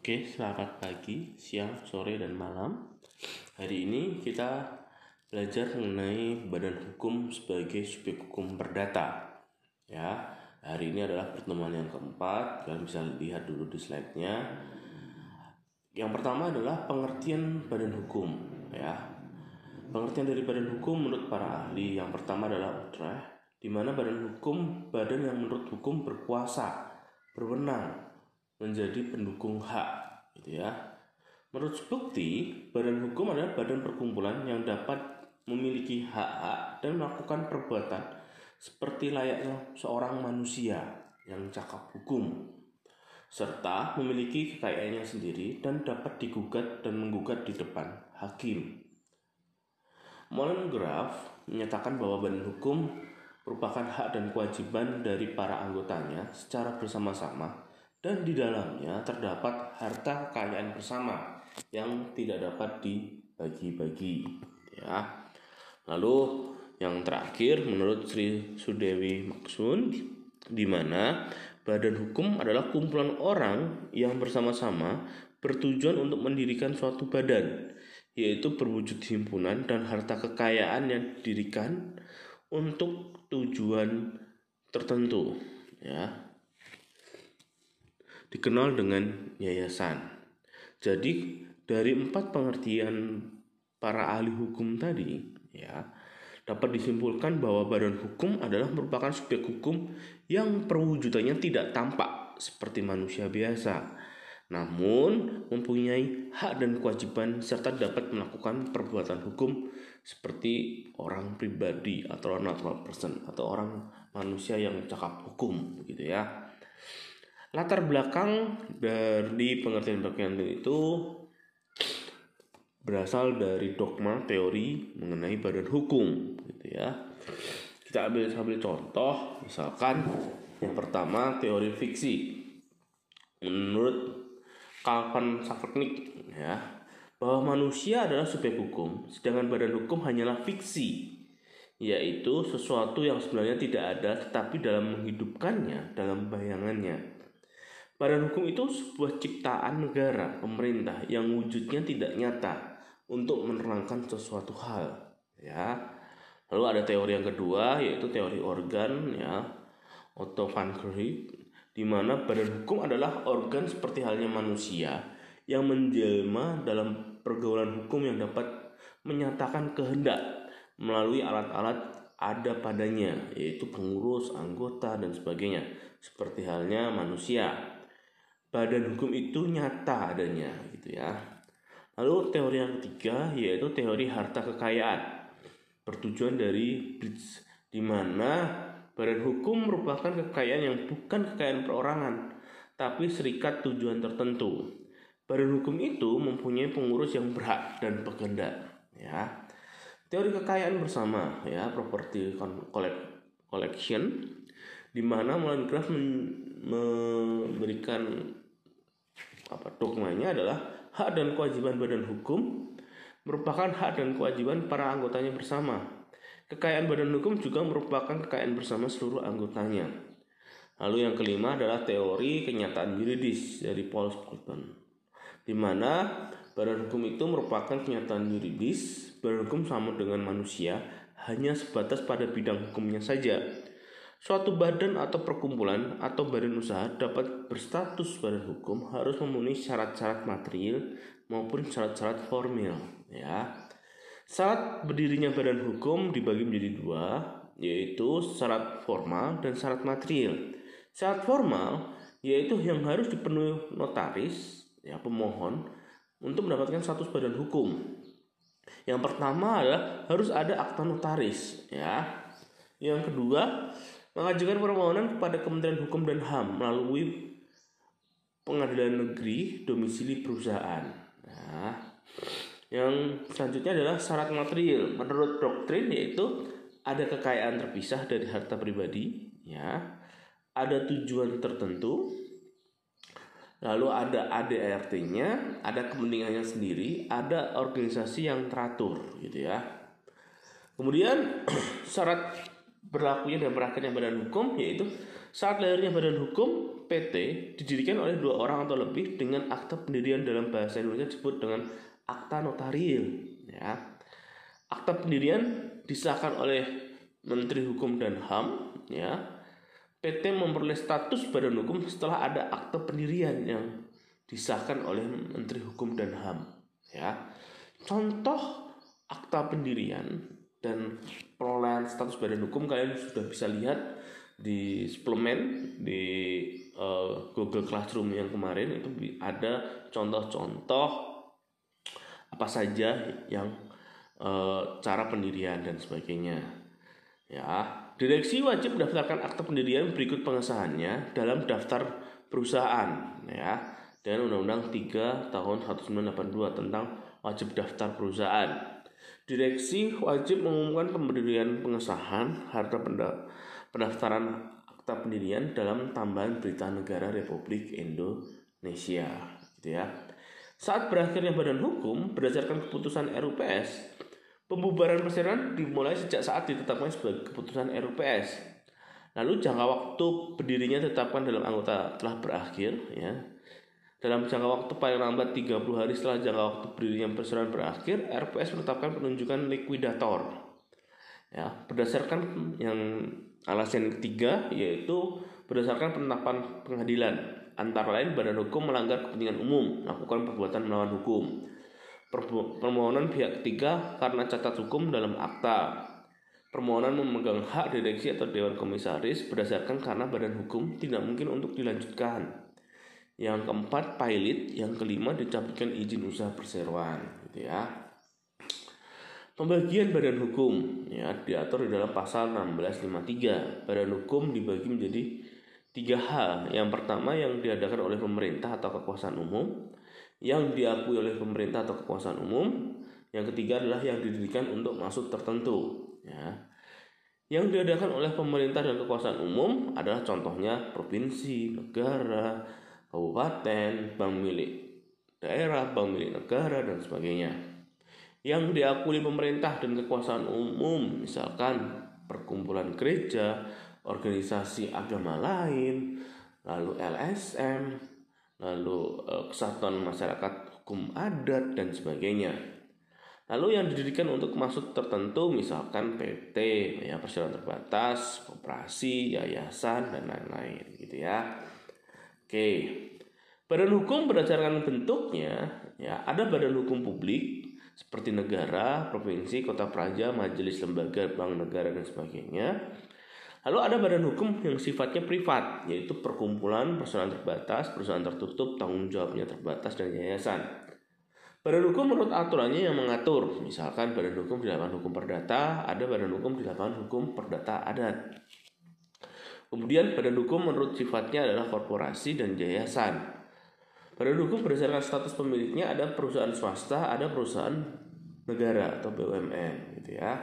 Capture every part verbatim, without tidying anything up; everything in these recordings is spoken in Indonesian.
Oke, selamat pagi, siang, sore, dan malam. Hari ini kita belajar mengenai badan hukum sebagai subjek hukum perdata. Ya, hari ini adalah pertemuan yang keempat. Kalian bisa lihat dulu di slide-nya. Yang pertama adalah pengertian badan hukum. Ya, pengertian dari badan hukum menurut para ahli. Yang pertama adalah Utrecht, di mana badan hukum badan yang menurut hukum berkuasa, berwenang, menjadi pendukung hak, gitu ya. Menurut bukti, badan hukum adalah badan perkumpulan yang dapat memiliki hak-hak dan melakukan perbuatan seperti layaknya seorang manusia yang cakap hukum, serta memiliki kekayaannya sendiri dan dapat digugat dan menggugat di depan hakim. Molengraf menyatakan bahwa badan hukum merupakan hak dan kewajiban dari para anggotanya secara bersama-sama, dan di dalamnya terdapat harta kekayaan bersama yang tidak dapat dibagi-bagi, ya. Lalu yang terakhir menurut Sri Sudewi Maksun, di mana badan hukum adalah kumpulan orang yang bersama-sama bertujuan untuk mendirikan suatu badan, yaitu berwujud himpunan dan harta kekayaan yang didirikan untuk tujuan tertentu, ya, dikenal dengan yayasan. Jadi dari empat pengertian para ahli hukum tadi, ya, dapat disimpulkan bahwa badan hukum adalah merupakan subjek hukum yang perwujudannya tidak tampak seperti manusia biasa, namun mempunyai hak dan kewajiban serta dapat melakukan perbuatan hukum seperti orang pribadi atau natural person atau orang manusia yang cakap hukum, gitu ya. Latar belakang dari pengertian-pengertian itu berasal dari dogma teori mengenai badan hukum, gitu ya. Kita ambil sambil contoh, misalkan yang pertama teori fiksi. Menurut Calvin Savernik, ya, bahwa manusia adalah subjek hukum, sedangkan badan hukum hanyalah fiksi, yaitu sesuatu yang sebenarnya tidak ada tetapi dalam menghidupkannya dalam bayangannya. Badan hukum itu sebuah ciptaan negara, pemerintah yang wujudnya tidak nyata untuk menerangkan sesuatu hal, ya. Lalu ada teori yang kedua, yaitu teori organ, ya, Otto van Gucht, di mana badan hukum adalah organ seperti halnya manusia yang menjelma dalam pergaulan hukum yang dapat menyatakan kehendak melalui alat-alat ada padanya, yaitu pengurus, anggota, dan sebagainya, seperti halnya manusia. Badan hukum itu nyata adanya, gitu ya. Lalu teori yang ketiga yaitu teori harta kekayaan, bertujuan dari Bridge, di mana badan hukum merupakan kekayaan yang bukan kekayaan perorangan, tapi serikat tujuan tertentu. Badan hukum itu mempunyai pengurus yang berhak dan berkehendak, ya. Teori kekayaan bersama, ya, property collection, di mana Molengraf memberikan apa dogmanya adalah hak dan kewajiban badan hukum merupakan hak dan kewajiban para anggotanya bersama. Kekayaan badan hukum juga merupakan kekayaan bersama seluruh anggotanya. Lalu yang kelima adalah teori kenyataan yuridis dari Paul Spalten, di mana badan hukum itu merupakan kenyataan yuridis. Badan hukum sama dengan manusia, hanya sebatas pada bidang hukumnya saja. Suatu badan atau perkumpulan atau badan usaha dapat berstatus badan hukum harus memenuhi syarat-syarat material maupun syarat-syarat formil, ya. Syarat berdirinya badan hukum dibagi menjadi dua, yaitu syarat formal dan syarat material. Syarat formal yaitu yang harus dipenuhi notaris, ya, pemohon, untuk mendapatkan status badan hukum. Yang pertama adalah harus ada akta notaris, ya. Yang kedua, mengajukan permohonan kepada Kementerian Hukum dan H A M melalui Pengadilan Negeri Domisili Perusahaan. Nah, yang selanjutnya adalah syarat material. Menurut doktrin yaitu ada kekayaan terpisah dari harta pribadi, ya, ada tujuan tertentu, lalu ada A D A R T-nya, ada kepentingannya sendiri, ada organisasi yang teratur, gitu ya. Kemudian syarat berlakunya dan berakhirnya badan hukum yaitu Saat lahirnya badan hukum, P T didirikan oleh dua orang atau lebih dengan akta pendirian dalam bahasa Indonesia disebut dengan akta notaril. Ya. Akta pendirian disahkan oleh Menteri Hukum dan H A M. Ya. P T memperoleh status badan hukum setelah ada akta pendirian yang disahkan oleh Menteri Hukum dan H A M. Ya. Contoh akta pendirian dan perolehan status badan hukum kalian sudah bisa lihat di suplemen di uh, Google Classroom yang kemarin. Itu ada contoh-contoh apa saja yang uh, cara pendirian dan sebagainya. Ya, direksi wajib mendaftarkan akta pendirian berikut pengesahannya dalam daftar perusahaan, ya, dengan Undang-Undang tiga tahun seribu sembilan ratus delapan puluh dua tentang wajib daftar perusahaan. Direksi wajib mengumumkan pemberian pengesahan harta pendaftaran akta pendirian dalam tambahan berita negara Republik Indonesia, gitu ya. Saat berakhirnya badan hukum berdasarkan keputusan R U P S, pembubaran perseroan dimulai sejak saat ditetapkan sebagai keputusan R U P S. Lalu jangka waktu berdirinya ditetapkan dalam anggota telah berakhir, ya. Dalam jangka waktu paling lambat tiga puluh hari setelah jangka waktu berdirinya perseroan berakhir, R P S menetapkan penunjukan likuidator. Ya, berdasarkan yang alasan ketiga, yaitu berdasarkan penetapan pengadilan, antara lain badan hukum melanggar kepentingan umum, melakukan perbuatan melawan hukum. Permohonan pihak ketiga karena cacat hukum dalam akta. Permohonan memegang hak direksi atau dewan komisaris berdasarkan karena badan hukum tidak mungkin untuk dilanjutkan. Yang keempat, pilot. Yang kelima, dicabutkan izin usaha perseroan, gitu ya. Pembagian badan hukum, ya, diatur di dalam pasal enam belas lima puluh tiga. Badan hukum dibagi menjadi tiga hal. Yang pertama, yang diadakan oleh pemerintah atau kekuasaan umum, yang diakui oleh pemerintah atau kekuasaan umum. Yang ketiga adalah yang didirikan untuk maksud tertentu, ya. Yang diadakan oleh pemerintah dan kekuasaan umum adalah contohnya provinsi, negara, kabupaten, bank milik daerah, bank milik negara, dan sebagainya. Yang diakui pemerintah dan kekuasaan umum, misalkan perkumpulan gereja, organisasi agama lain, lalu L S M, lalu eh, kesatuan masyarakat hukum adat, dan sebagainya. Lalu yang didirikan untuk maksud tertentu, misalkan P T, ya, perseroan terbatas, koperasi, yayasan, dan lain-lain, gitu ya. Oke, badan hukum berdasarkan bentuknya, ya, ada badan hukum publik seperti negara, provinsi, kota praja, majelis, lembaga, bank negara, dan sebagainya. Lalu ada badan hukum yang sifatnya privat, yaitu perkumpulan, perusahaan terbatas, perusahaan tertutup, tanggung jawabnya terbatas, dan yayasan. Badan hukum menurut aturannya yang mengatur, misalkan badan hukum di lapangan hukum perdata, ada badan hukum di lapangan hukum perdata adat. Kemudian badan hukum menurut sifatnya adalah korporasi dan yayasan. Badan hukum berdasarkan status pemiliknya ada perusahaan swasta, ada perusahaan negara atau B U M N, gitu ya.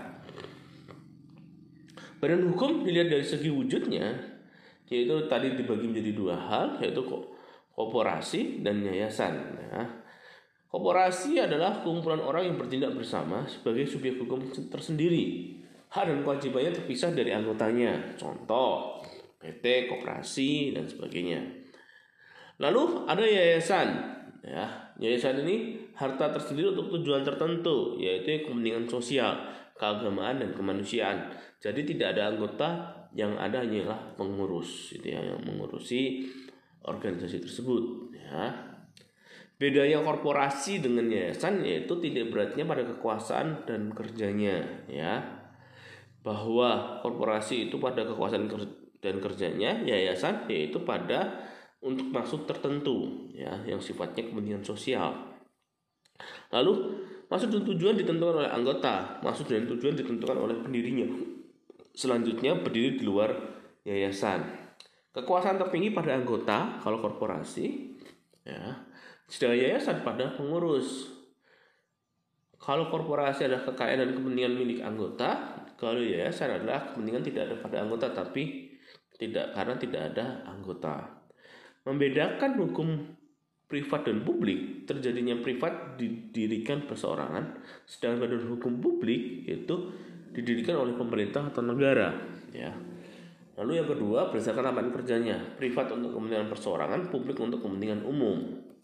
Badan hukum dilihat dari segi wujudnya, yaitu tadi dibagi menjadi dua hal, yaitu korporasi dan yayasan. Ya. Korporasi adalah kumpulan orang yang bertindak bersama sebagai subjek hukum tersendiri. Hak dan kewajibannya terpisah dari anggotanya. Contoh, P T, koperasi, dan sebagainya. Lalu ada yayasan. Ya, yayasan ini harta tersendiri untuk tujuan tertentu, yaitu kepentingan sosial, keagamaan, dan kemanusiaan. Jadi tidak ada anggota, yang ada hanyalah pengurus, gitu ya, yang mengurusi organisasi tersebut. Ya. Bedanya korporasi dengan yayasan yaitu tidak beratnya pada kekuasaan dan kerjanya, ya. Bahwa korporasi itu pada kekuasaan dan kerjanya, yayasan yaitu pada untuk maksud tertentu, ya, yang sifatnya kepentingan sosial. Lalu maksud dan tujuan ditentukan oleh anggota, maksud dan tujuan ditentukan oleh pendirinya. Selanjutnya berdiri di luar yayasan. Kekuasaan tertinggi pada anggota kalau korporasi, ya. Sedangkan yayasan pada pengurus. Kalau korporasi adalah kekayaan dan kepentingan milik anggota, kalau yayasan adalah kepentingan tidak ada pada anggota, tapi tidak karena tidak ada anggota. Membedakan hukum privat dan publik, terjadinya privat didirikan perseorangan, sedangkan badan hukum publik itu didirikan oleh pemerintah atau negara, ya. Lalu yang kedua, berdasarkan lapangan kerjanya, privat untuk kepentingan perseorangan, publik untuk kepentingan umum.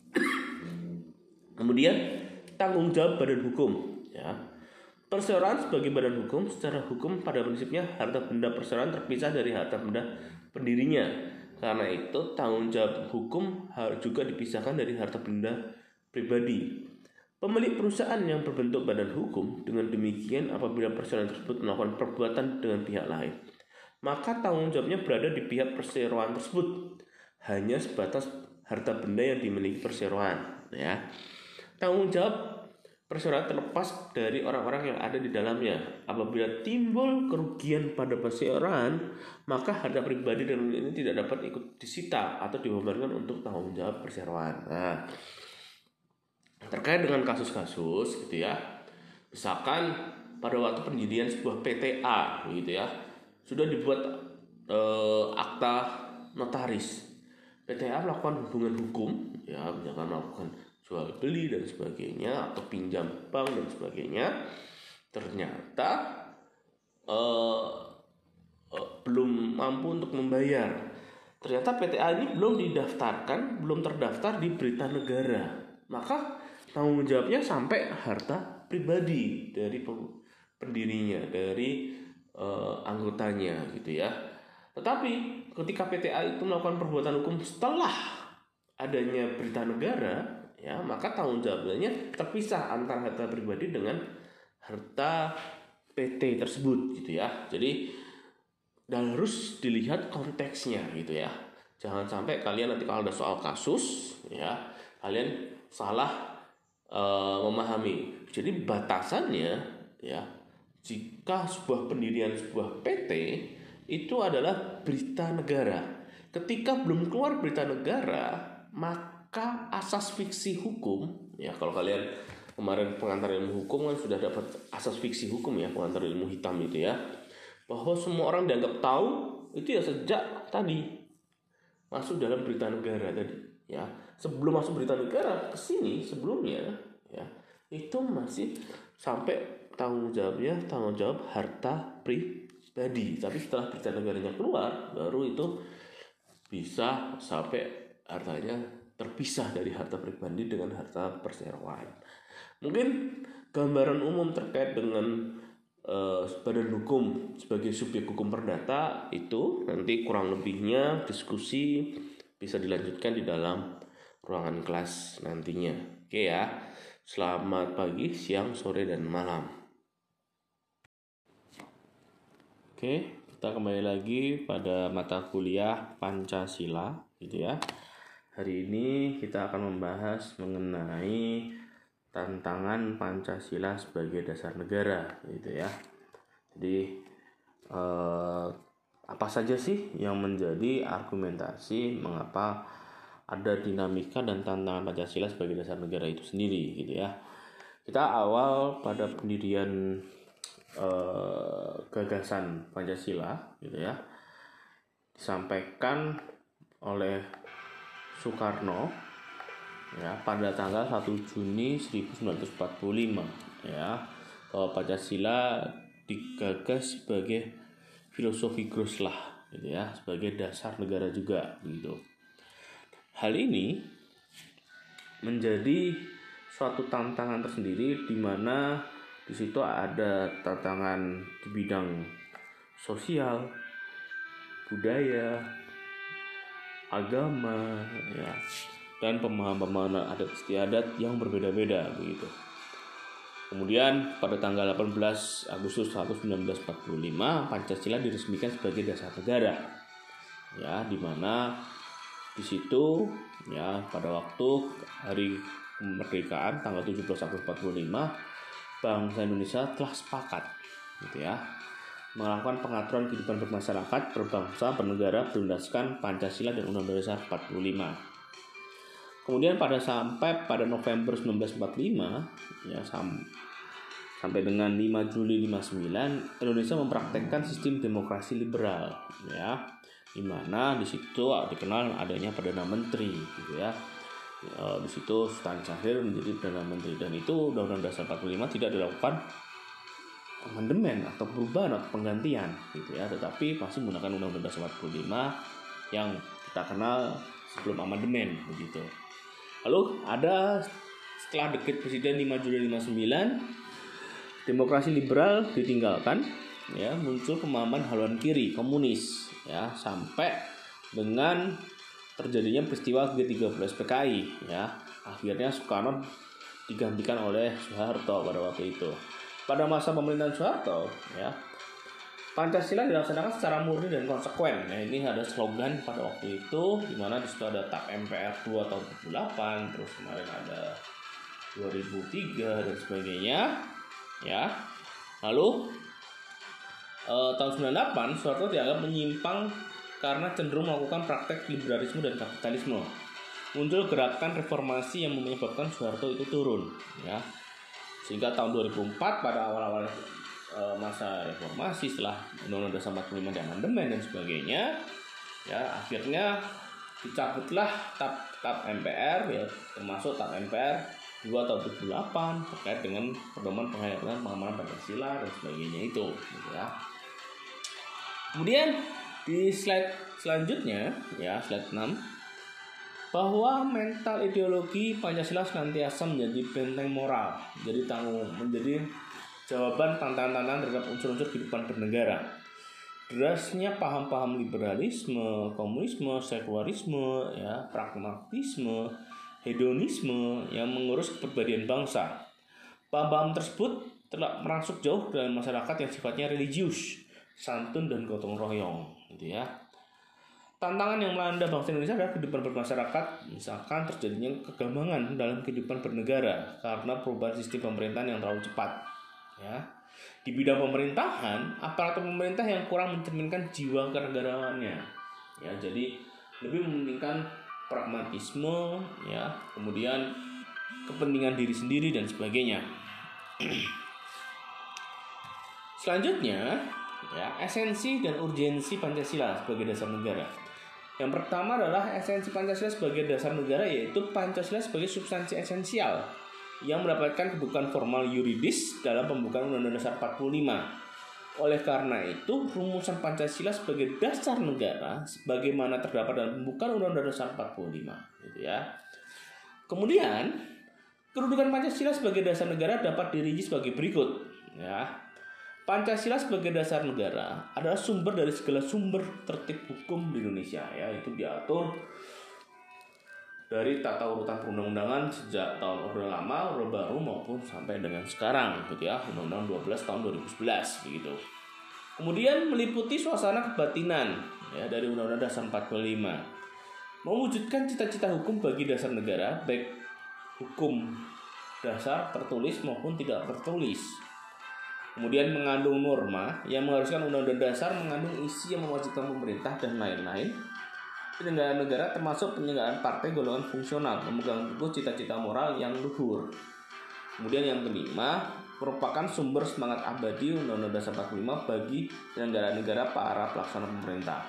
Kemudian tanggung jawab badan hukum, ya. Perseorangan sebagai badan hukum, secara hukum pada prinsipnya harta benda perseorangan terpisah dari harta benda pendirinya. Karena itu tanggung jawab hukum harus juga dipisahkan dari harta benda pribadi. Pemilik perusahaan yang berbentuk badan hukum, dengan demikian apabila perseroan tersebut melakukan perbuatan dengan pihak lain, maka tanggung jawabnya berada di pihak perseroan tersebut, hanya sebatas harta benda yang dimiliki perseroan, ya. Tanggung jawab perseroan terlepas dari orang-orang yang ada di dalamnya. Apabila timbul kerugian pada perseroan, maka harta pribadi dan ini tidak dapat ikut disita atau dibebankan untuk tanggung jawab perseroan. Nah, terkait dengan kasus-kasus gitu ya, misalkan pada waktu pendirian sebuah P T A gitu ya, sudah dibuat eh, akta notaris. P T A melakukan hubungan hukum, ya, misalkan melakukan jual beli dan sebagainya atau pinjam bank dan sebagainya. Ternyata eh, eh, belum mampu untuk membayar. Ternyata P T A ini belum didaftarkan, belum terdaftar di berita negara. Maka tanggung jawabnya sampai harta pribadi dari pendirinya, dari uh, anggotanya gitu ya. Tetapi ketika P T A itu melakukan perbuatan hukum setelah adanya berita negara, ya, maka tanggung jawabnya terpisah antara harta pribadi dengan harta P T tersebut gitu ya. Jadi dan harus dilihat konteksnya gitu ya. Jangan sampai kalian nanti kalau ada soal kasus ya, kalian salah uh, memahami. Jadi batasannya ya, jika sebuah pendirian sebuah P T itu adalah berita negara. Ketika belum keluar berita negara, maka asas fiksi hukum ya, kalau kalian kemarin pengantar ilmu hukum kan sudah dapat asas fiksi hukum ya, pengantar ilmu hitam itu ya, bahwa semua orang dianggap tahu itu ya sejak tadi masuk dalam berita negara tadi ya. Sebelum masuk berita negara ke sini sebelumnya ya, itu masih sampai tanggung jawabnya tanggung jawab harta pribadi. Tapi setelah berita negaranya keluar, baru itu bisa sampai hartanya terpisah dari harta pribadi dengan harta perseroan. Mungkin gambaran umum terkait dengan uh, badan hukum sebagai subjek hukum perdata itu nanti kurang lebihnya diskusi bisa dilanjutkan di dalam ruangan kelas nantinya. Oke ya. Selamat pagi, siang, sore, dan malam. Oke, kita kembali lagi pada mata kuliah Pancasila gitu ya. Hari ini kita akan membahas mengenai tantangan Pancasila sebagai dasar negara gitu ya. Jadi eh, apa saja sih yang menjadi argumentasi mengapa ada dinamika dan tantangan Pancasila sebagai dasar negara itu sendiri gitu ya. Kita awal pada pendirian eh, gagasan Pancasila gitu ya, disampaikan oleh Soekarno ya pada tanggal satu Juni seribu sembilan ratus empat puluh lima ya, bahwa Pancasila digagas sebagai filosofi Groslah gitu ya, sebagai dasar negara juga gitu. Hal ini menjadi suatu tantangan tersendiri di mana di situ ada tantangan di bidang sosial, budaya, agama ya, dan pemahaman-pemahaman adat istiadat yang berbeda-beda begitu. Kemudian pada tanggal delapan belas Agustus seribu sembilan ratus empat puluh lima Pancasila diresmikan sebagai dasar negara. Ya, di mana di situ ya pada waktu hari kemerdekaan tanggal tujuh belas Agustus empat puluh lima bangsa Indonesia telah sepakat gitu ya melakukan pengaturan kehidupan bermasyarakat, berbangsa, bernegara berdasarkan Pancasila dan Undang-Undang Dasar empat puluh lima. Kemudian pada sampai pada November seribu sembilan ratus empat puluh lima ya sam, sampai dengan lima Juli seribu sembilan ratus lima puluh sembilan Indonesia mempraktekkan sistem demokrasi liberal ya, di mana di situ dikenal adanya Perdana Menteri gitu ya. E, di situ Sultan Syahrir menjadi Perdana Menteri, dan itu Undang-Undang Dasar empat puluh lima tidak dilakukan amandemen atau perubahan atau penggantian gitu ya, tetapi masih menggunakan Undang-Undang Dasar empat puluh lima yang kita kenal sebelum amandemen begitu. Lalu ada setelah dekret Presiden lima Juli lima puluh sembilan, demokrasi liberal ditinggalkan, ya, muncul pemahaman haluan kiri komunis, ya, sampai dengan terjadinya peristiwa G tiga puluh S P K I, ya. Akhirnya Soekarno digantikan oleh Soeharto pada waktu itu. Pada masa pemerintahan Soeharto, ya, Pancasila dilaksanakan secara murni dan konsekuen. Nah, ini ada slogan pada waktu itu, di mana di situ ada T A P M P R dua tahun dua ribu delapan, terus kemarin ada dua ribu tiga dan sebagainya, ya. Lalu eh, tahun sembilan puluh delapan Soeharto dianggap menyimpang karena cenderung melakukan praktek liberalisme dan kapitalisme. Muncul gerakan reformasi yang menyebabkan Soeharto itu turun, ya. Sehingga tahun dua ribu empat pada awal-awal e, masa reformasi setelah Undang-Undang Dasar empat puluh lima diamandemen dan sebagainya, ya, akhirnya dicabutlah T A P T A P M P R, ya, termasuk T A P M P R dua tahun dua ribu delapan terkait dengan pedoman penghayatan pengamalan Pancasila dan sebagainya itu, gitu ya. Kemudian di slide selanjutnya, ya, slide enam, bahwa mental ideologi Pancasila senantiasa menjadi benteng moral, jadi tanggung, menjadi jawaban tantangan-tantangan terhadap unsur-unsur kehidupan bernegara. Derasnya paham-paham liberalisme, komunisme, sekularisme, ya, pragmatisme, hedonisme yang mengurus kepribadian bangsa. Paham-paham tersebut telah merasuk jauh dalam masyarakat yang sifatnya religius, santun dan gotong royong, gitu ya. Tantangan yang melanda bangsa Indonesia adalah kehidupan bermasyarakat, misalkan terjadinya kegambangan dalam kehidupan bernegara karena perubahan sistem pemerintahan yang terlalu cepat, ya. Di bidang pemerintahan, aparatur pemerintah yang kurang mencerminkan jiwa kenegarawannya, ya, jadi lebih mementingkan pragmatisme, ya, kemudian kepentingan diri sendiri dan sebagainya. Selanjutnya, ya, esensi dan urgensi Pancasila sebagai dasar negara. Yang pertama adalah esensi Pancasila sebagai dasar negara, yaitu Pancasila sebagai substansi esensial yang mendapatkan kedudukan formal yuridis dalam pembukaan Undang-Undang Dasar empat puluh lima. Oleh karena itu, rumusan Pancasila sebagai dasar negara sebagaimana terdapat dalam pembukaan Undang-Undang Dasar empat puluh lima, gitu ya. Kemudian, kedudukan Pancasila sebagai dasar negara dapat dirinci sebagai berikut, ya. Pancasila sebagai dasar negara adalah sumber dari segala sumber tertib hukum di Indonesia, ya, itu diatur dari tata urutan perundang-undangan sejak tahun Orde Lama, Orde Baru maupun sampai dengan sekarang, gitu ya, Undang-Undang dua belas tahun dua ribu sebelas, begitu. Kemudian meliputi suasana kebatinan, ya, dari Undang-Undang Dasar empat puluh lima, mewujudkan cita-cita hukum bagi dasar negara, baik hukum dasar tertulis maupun tidak tertulis. Kemudian mengandung norma yang mengharuskan Undang-Undang Dasar mengandung isi yang mewajibkan pemerintah dan lain-lain. Penyelenggaraan negara termasuk penyelenggaraan partai golongan fungsional, memegang teguh cita-cita moral yang luhur. Kemudian yang kelima, merupakan sumber semangat abadi Undang-Undang Dasar empat puluh lima bagi penyelenggaraan negara para pelaksana pemerintah.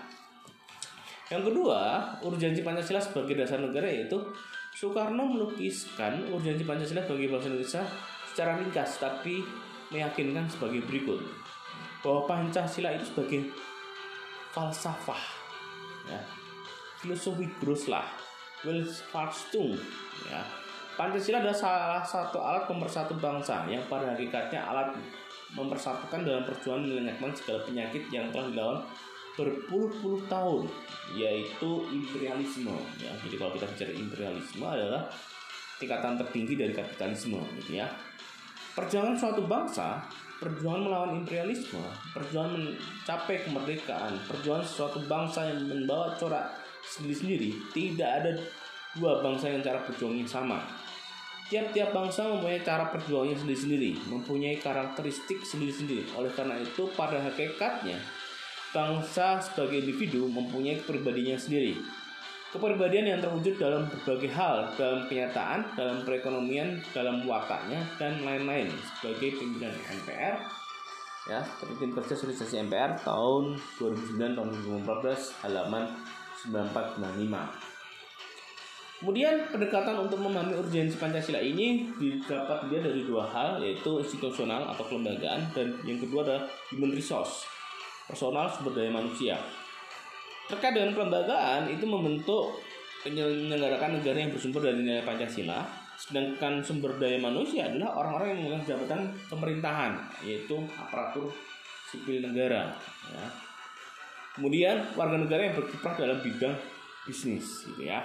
Yang kedua, urgensi Pancasila sebagai dasar negara, yaitu Soekarno melukiskan urgensi Pancasila bagi bangsa Indonesia secara ringkas tapi meyakinkan sebagai berikut, bahwa Pancasila itu sebagai falsafah, ya, filosofi Groslah, Weltverfassung, ya. Pancasila adalah salah satu alat pemersatu bangsa yang pada hakikatnya alat mempersatukan dalam perjuangan melenyapkan segala penyakit yang telah dilawan berpuluh-puluh tahun, yaitu imperialisme, ya. Jadi kalau kita bicara imperialisme adalah tingkatan tertinggi dari kapitalisme, gitu ya. Perjuangan suatu bangsa, perjuangan melawan imperialisme, perjuangan mencapai kemerdekaan, perjuangan suatu bangsa yang membawa corak sendiri-sendiri, tidak ada dua bangsa yang cara berjuangnya sama. Tiap-tiap bangsa mempunyai cara perjuangannya sendiri-sendiri, mempunyai karakteristik sendiri-sendiri. Oleh karena itu, pada hakikatnya, bangsa sebagai individu mempunyai kepribadiannya sendiri. Kepribadian yang terwujud dalam berbagai hal, dalam kenyataan, dalam perekonomian, dalam wataknya, dan lain-lain. Sebagai pimpinan M P R, ya, seperti tim kerja sosialisasi M P R tahun dua ribu sembilan tahun dua ribu empat belas halaman sembilan puluh empat sembilan puluh lima. Kemudian pendekatan untuk memahami urgensi Pancasila ini didapat dia dari dua hal, yaitu institusional atau kelembagaan, dan yang kedua adalah human resource, personal sumber daya manusia. Terkait dengan kelembagaan, itu membentuk menyelenggarakan negara yang bersumber dari nilai Pancasila, sedangkan sumber daya manusia adalah orang-orang yang memegang jabatan pemerintahan, yaitu aparatur sipil negara. Ya. Kemudian warga negara yang berkiprah dalam bidang bisnis, gitu ya.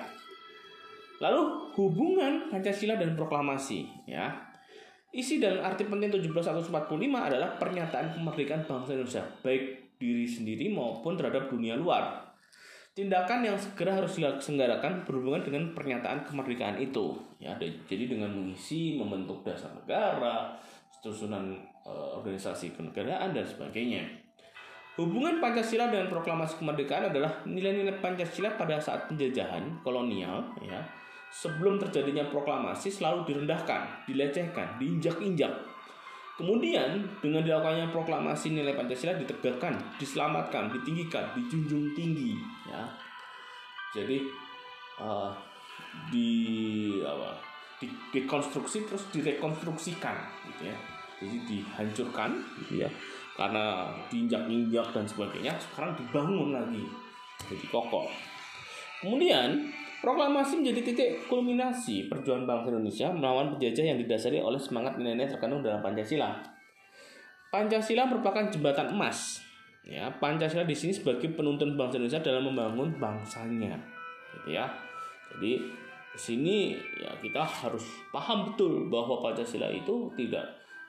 Lalu hubungan Pancasila dan proklamasi, ya. Isi dan arti penting tujuh belas Agustus empat puluh lima adalah pernyataan kemerdekaan bangsa Indonesia, baik diri sendiri maupun terhadap dunia luar. Tindakan yang segera harus diselenggarakan berhubungan dengan pernyataan kemerdekaan itu, ya. Jadi dengan mengisi, membentuk dasar negara, susunan e, organisasi kenegaraan dan sebagainya. Hubungan Pancasila dengan proklamasi kemerdekaan adalah nilai-nilai Pancasila pada saat penjajahan kolonial, ya. Sebelum terjadinya proklamasi selalu direndahkan, dilecehkan, diinjak-injak. Kemudian dengan dilakukannya proklamasi, nilai Pancasila ditegakkan, diselamatkan, ditinggikan, dijunjung tinggi, ya. Jadi uh, di apa? Di, dikonstruksi terus direkonstruksikan, gitu ya. Jadi dihancurkan, gitu ya. Karena diinjak-injak dan sebagainya, sekarang dibangun lagi, jadi kokoh. Kemudian proklamasi menjadi titik kulminasi perjuangan bangsa Indonesia melawan penjajah yang didasari oleh semangat nilai-nilai terkandung dalam Pancasila. Pancasila merupakan jembatan emas. Ya, Pancasila di sini sebagai penuntun bangsa Indonesia dalam membangun bangsanya, gitu ya. Jadi di sini ya kita harus paham betul bahwa Pancasila itu tidak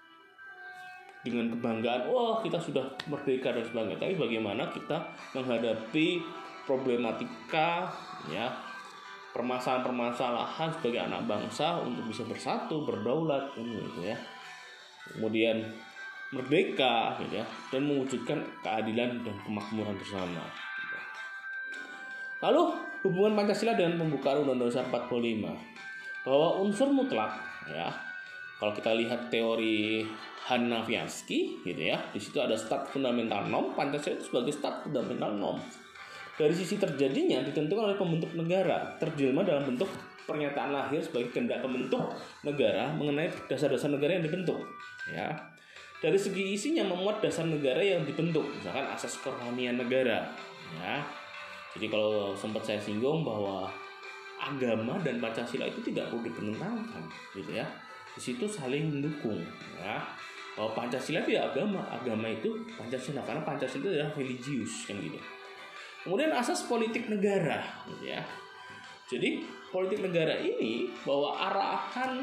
dengan kebanggaan, wah kita sudah merdeka dan sebagainya. Tapi bagaimana kita menghadapi problematika, ya, permasalahan-permasalahan sebagai anak bangsa untuk bisa bersatu, berdaulat, gitu ya. Kemudian merdeka, gitu ya, dan mewujudkan keadilan dan kemakmuran bersama. Gitu. Lalu hubungan Pancasila dengan pembukaan Undang-Undang Dasar empat puluh lima, bahwa unsur mutlak, ya, kalau kita lihat teori Hanafiansky, gitu ya, di situ ada stat fundamental norm. Pancasila itu sebagai stat fundamental norm. Dari sisi terjadinya ditentukan oleh pembentuk negara, terjelma dalam bentuk pernyataan lahir sebagai kehendak pembentuk negara mengenai dasar-dasar negara yang dibentuk, ya. Dari segi isinya memuat dasar negara yang dibentuk, misalkan asas kerohanian negara, ya. Jadi kalau sempat saya singgung bahwa agama dan Pancasila itu tidak perlu dipertentangkan, gitu ya. Di situ saling mendukung, ya. Bahwa Pancasila tidak agama, agama itu Pancasila, karena Pancasila itu adalah religius, kan gitu. Kemudian asas politik negara, gitu ya. Jadi politik negara ini bahwa arahan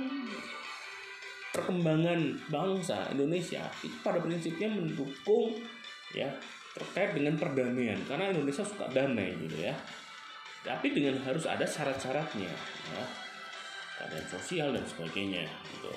perkembangan bangsa Indonesia itu pada prinsipnya mendukung, ya, terkait dengan perdamaian, karena Indonesia suka damai, gitu ya. Tapi dengan harus ada syarat-syaratnya, ya, keadaan sosial dan sebagainya, gitu.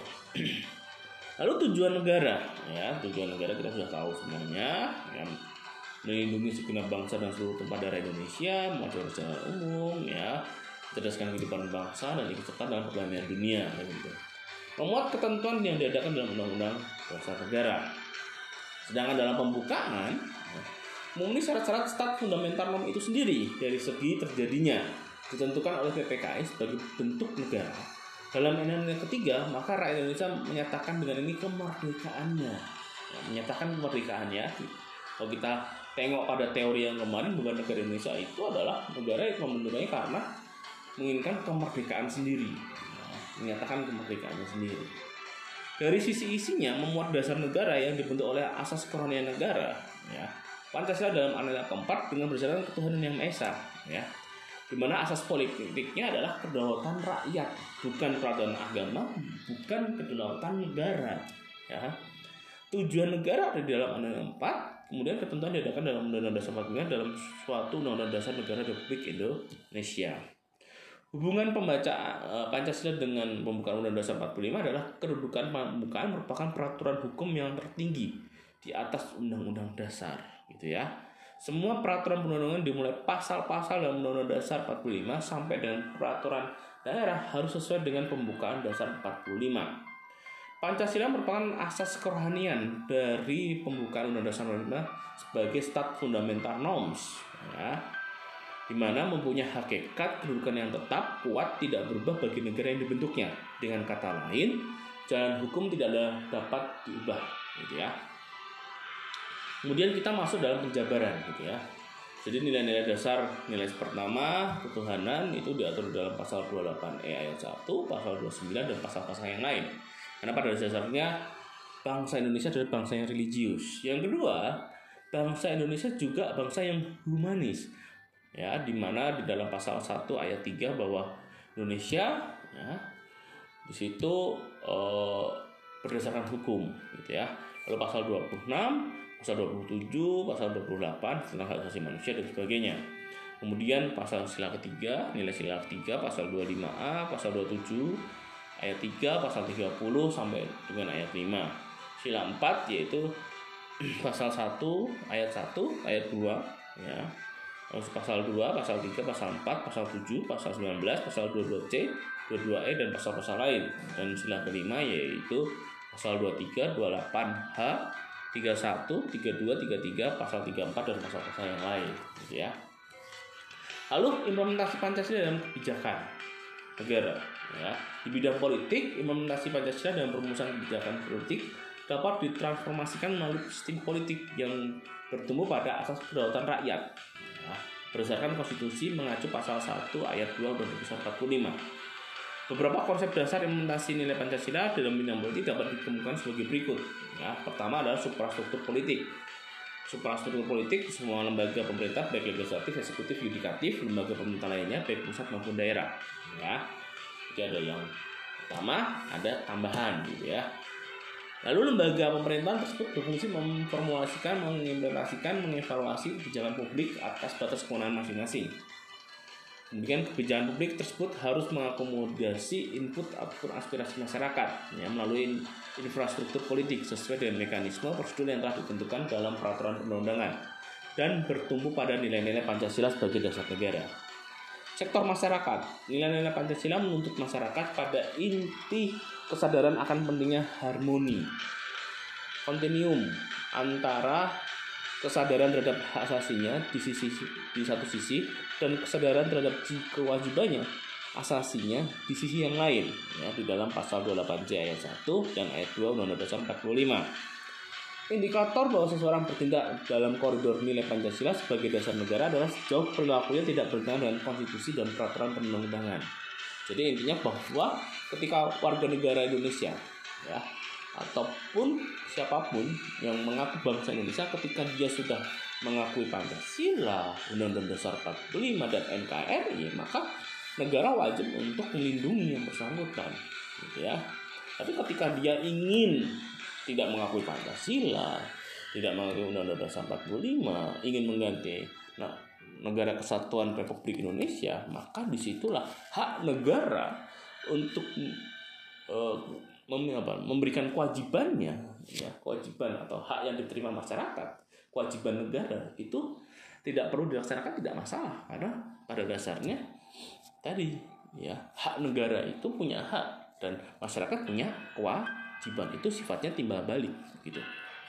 Lalu tujuan negara, ya, tujuan negara kita sudah tahu semuanya, ya, melindungi segenap bangsa dan seluruh tumpah darah Indonesia, mengatur secara umum, ya, mencerdaskan kehidupan bangsa dan ikut serta dalam perdamaian dunia, ya, gitu. Memuat ketentuan yang diadakan dalam Undang-Undang Dasar Negara. Sedangkan dalam pembukaan, ya, memenuhi syarat-syarat stat fundamental norm itu sendiri dari segi terjadinya ditentukan oleh P P K I sebagai bentuk negara. Dalam undang-undang ketiga, maka rakyat Indonesia menyatakan dengan ini kemerdekaannya, ya, menyatakan kemerdekaannya. Kalau kita tengok pada teori yang kemarin, bahwa negara Indonesia itu adalah negara yang membentuknya karena menginginkan kemerdekaan sendiri, ya, menyatakan kemerdekaannya sendiri. Dari sisi isinya memuat dasar negara yang dibentuk oleh asas kerohanian negara, ya. Pancasila dalam aneka keempat dengan berdasarkan ketuhanan yang Maha Esa, ya. Di mana asas politiknya adalah kedaulatan rakyat, bukan kedaulatan agama, bukan kedaulatan negara, ya. Tujuan negara ada di dalam undang-undang empat, kemudian ketentuan diadakan dalam Undang-Undang Dasar empat puluh lima dalam suatu Undang-Undang Dasar Negara Republik Indonesia. Hubungan pembaca Pancasila dengan pembukaan Undang-Undang Dasar empat puluh lima adalah kedudukan pembukaan merupakan peraturan hukum yang tertinggi di atas Undang-Undang Dasar, gitu ya. Semua peraturan perundang-undangan dimulai pasal-pasal dalam Undang-Undang Dasar empat puluh lima sampai dengan peraturan daerah harus sesuai dengan pembukaan Dasar empat puluh lima. Pancasila merupakan asas kerohanian dari pembukaan Undang-Undang Dasar empat puluh lima sebagai stat fundamental norms, ya. di mana mempunyai hakikat kedudukan yang tetap, kuat, tidak berubah bagi negara yang dibentuknya. Dengan kata lain, jalan hukum tidak dapat diubah, gitu ya. Kemudian kita masuk dalam penjabaran, gitu ya. Jadi nilai-nilai dasar nilai pertama ketuhanan itu diatur dalam pasal dua puluh delapan E ayat satu, pasal dua puluh sembilan dan pasal-pasal yang lain. Karena pada dasarnya bangsa Indonesia adalah bangsa yang religius. Yang kedua, bangsa Indonesia juga bangsa yang humanis. Ya, di mana di dalam pasal satu ayat tiga bahwa Indonesia ya, di situ eh, berdasarkan hukum, gitu ya. Lalu pasal dua puluh enam, pasal dua puluh tujuh, pasal dua puluh delapan tentang hak asasi manusia dan sebagainya. Kemudian pasal sila ketiga, nilai sila ketiga, pasal dua puluh lima A, pasal dua puluh tujuh ayat tiga, pasal tiga puluh sampai dengan ayat lima. Sila empat yaitu pasal satu ayat satu, ayat dua ya. Pasal dua, pasal tiga, pasal empat, pasal tujuh, pasal sembilan belas, pasal dua puluh dua C, dua puluh dua E dan pasal-pasal lain. Dan sila kelima yaitu pasal dua puluh tiga, dua puluh delapan H, tiga puluh satu, tiga puluh dua, tiga puluh tiga, pasal tiga puluh empat dan pasal-pasal yang lain, gitu ya. Lalu implementasi Pancasila dalam kebijakan negara, ya. Di bidang politik, implementasi Pancasila dalam perumusan kebijakan politik dapat ditransformasikan melalui sistem politik yang bertumbuh pada asas kedaulatan rakyat, ya, berdasarkan konstitusi mengacu pasal satu ayat dua Undang-Undang Dasar empat puluh lima. Beberapa konsep dasar implementasi nilai Pancasila dalam bidang politik dapat ditemukan sebagai berikut. Ya, pertama adalah suprastruktur politik. Suprastruktur politik semua lembaga pemerintah baik legislatif, eksekutif, yudikatif, lembaga pemerintah lainnya baik pusat maupun daerah. Ya, jadi ada yang pertama, ada tambahan, gitu ya. Lalu lembaga pemerintahan tersebut berfungsi memformulasikan, mengimplementasikan, mengevaluasi kebijakan publik atas batas kewenangan masing-masing. Kemudian kebijakan publik tersebut harus mengakomodasi input ataupun aspirasi masyarakat ya, melalui infrastruktur politik sesuai dengan mekanisme prosedur yang telah ditentukan dalam peraturan perundang-undangan dan bertumbuh pada nilai-nilai Pancasila sebagai dasar negara. Sektor masyarakat, nilai-nilai Pancasila menuntut masyarakat pada inti kesadaran akan pentingnya harmoni, kontinuum antara kesadaran terhadap hak asasinya di sisi di satu sisi dan kesadaran terhadap kewajibannya asasinya di sisi yang lain ya, di dalam pasal dua puluh delapan J ayat satu dan ayat dua Undang-Undang Dasar empat puluh lima. Indikator bahwa seseorang bertindak dalam koridor nilai Pancasila sebagai dasar negara adalah sejauh perilakunya tidak bertentangan dengan konstitusi dan peraturan perundang-undangan. Jadi intinya bahwa ketika warga negara Indonesia ya ataupun siapapun yang mengaku bangsa Indonesia, ketika dia sudah mengakui Pancasila, Undang-Undang Dasar empat puluh lima dan N K R I, maka negara wajib untuk melindungi yang bersangkutan, gitu ya. Tapi ketika dia ingin tidak mengakui Pancasila, tidak mengakui Undang-Undang Dasar empat puluh lima, ingin mengganti nah, negara kesatuan Republik Indonesia, maka disitulah hak negara untuk uh, memberikan kewajibannya ya, kewajiban atau hak yang diterima masyarakat, kewajiban negara itu tidak perlu dilaksanakan, tidak masalah, karena pada dasarnya tadi ya, hak negara itu punya hak dan masyarakat punya kewajiban, itu sifatnya timbal balik gitu.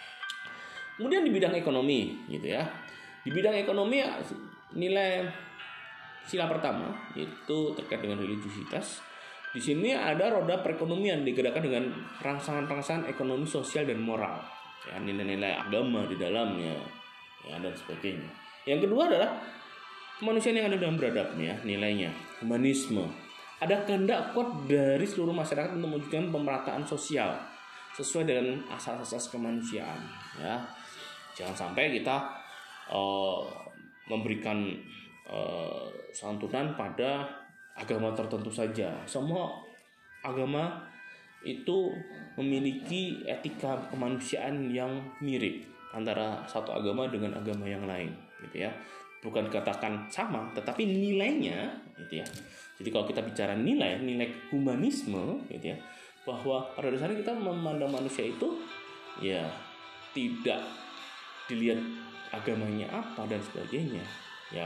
Kemudian di bidang ekonomi gitu ya, di bidang ekonomi ya, nilai sila pertama itu terkait dengan religiusitas. Di sini ada roda perekonomian digerakkan dengan rangsangan-rangsangan ekonomi, sosial dan moral. Ya, nilai-nilai agama di dalamnya, ya, dan sebagainya. Yang kedua adalah kemanusiaan yang ada dalam beradabnya, nilainya, humanisme. Ada kehendak kuat dari seluruh masyarakat untuk mewujudkan pemerataan sosial sesuai dengan asas-asas kemanusiaan. Ya, jangan sampai kita uh, memberikan uh, santunan pada agama tertentu saja. Semua agama itu memiliki etika kemanusiaan yang mirip antara satu agama dengan agama yang lain, gitu ya. Bukan katakan sama, tetapi nilainya, gitu ya. Jadi kalau kita bicara nilai, nilai humanisme, gitu ya, bahwa pada dasarnya kita memandang manusia itu ya tidak dilihat agamanya apa dan sebagainya, ya.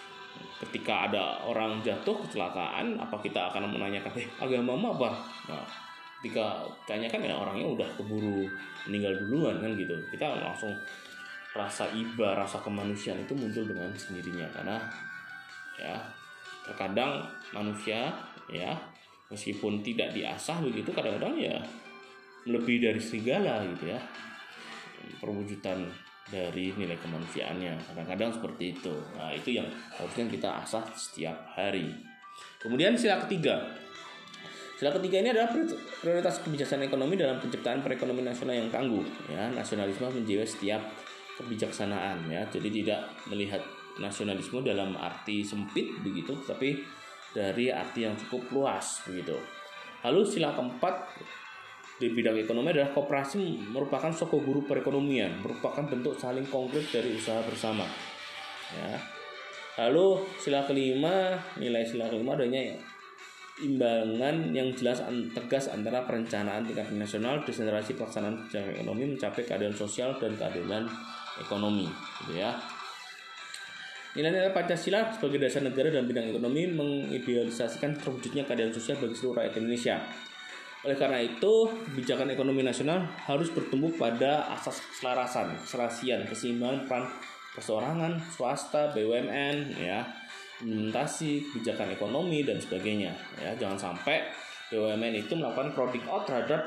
Ketika ada orang jatuh kecelakaan, apa kita akan menanyakan, eh agamamu apa? Nah, ketika tanyakan ya orangnya udah keburu meninggal duluan kan gitu. Kita langsung rasa iba, rasa kemanusiaan itu muncul dengan sendirinya karena ya. Terkadang manusia ya meskipun tidak diasah begitu, kadang-kadang ya lebih dari serigala gitu ya, perwujudan dari nilai kemanusiaannya kadang-kadang seperti itu. Nah, itu yang harusnya kita asah setiap hari. Kemudian sila ketiga. Sila ketiga ini adalah prioritas kebijaksanaan ekonomi dalam penciptaan perekonomian nasional yang tangguh. Ya, nasionalisme menjiwai setiap kebijaksanaan. Ya, jadi tidak melihat nasionalisme dalam arti sempit begitu, tapi dari arti yang cukup luas begitu. Lalu sila keempat di bidang ekonomi adalah koperasi merupakan soko guru perekonomian, merupakan bentuk saling konkret dari usaha bersama. Ya. Lalu sila kelima, nilai sila kelima adanya imbangan yang jelas tegas antara perencanaan tingkat nasional, desentralisasi pelaksanaan kebijakan ekonomi mencapai keadilan sosial dan keadilan ekonomi, gitu ya. Nilai-nilai Pancasila sebagai dasar negara dalam bidang ekonomi mengidealisasikan terwujudnya keadilan sosial bagi seluruh rakyat Indonesia. Oleh karena itu, kebijakan ekonomi nasional harus bertumbuh pada asas keselarasan, keserasian, keseimbangan peran perseorangan, swasta, B U M N, ya, implementasi kebijakan ekonomi dan sebagainya. Ya, jangan sampai B U M N itu melakukan crowding out terhadap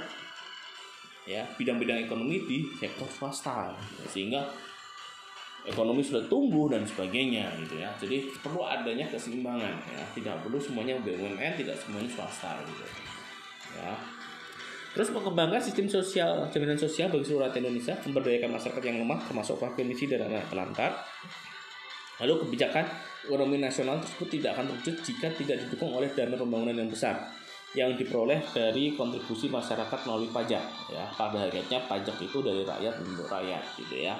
ya bidang-bidang ekonomi di sektor swasta, sehingga ekonomi sudah tumbuh dan sebagainya gitu ya. Jadi perlu adanya keseimbangan ya. Tidak perlu semuanya B U M N, tidak semuanya swasta gitu. Ya. Terus mengembangkan sistem sosial, jaminan sosial bagi seluruh rakyat Indonesia, memberdayakan masyarakat yang lemah termasuk fakir miskin dan anak terlantar. Lalu kebijakan ekonomi nasional tersebut tidak akan terwujud jika tidak didukung oleh dana pembangunan yang besar yang diperoleh dari kontribusi masyarakat melalui pajak ya. Pada hakikatnya pajak itu dari rakyat untuk rakyat gitu ya.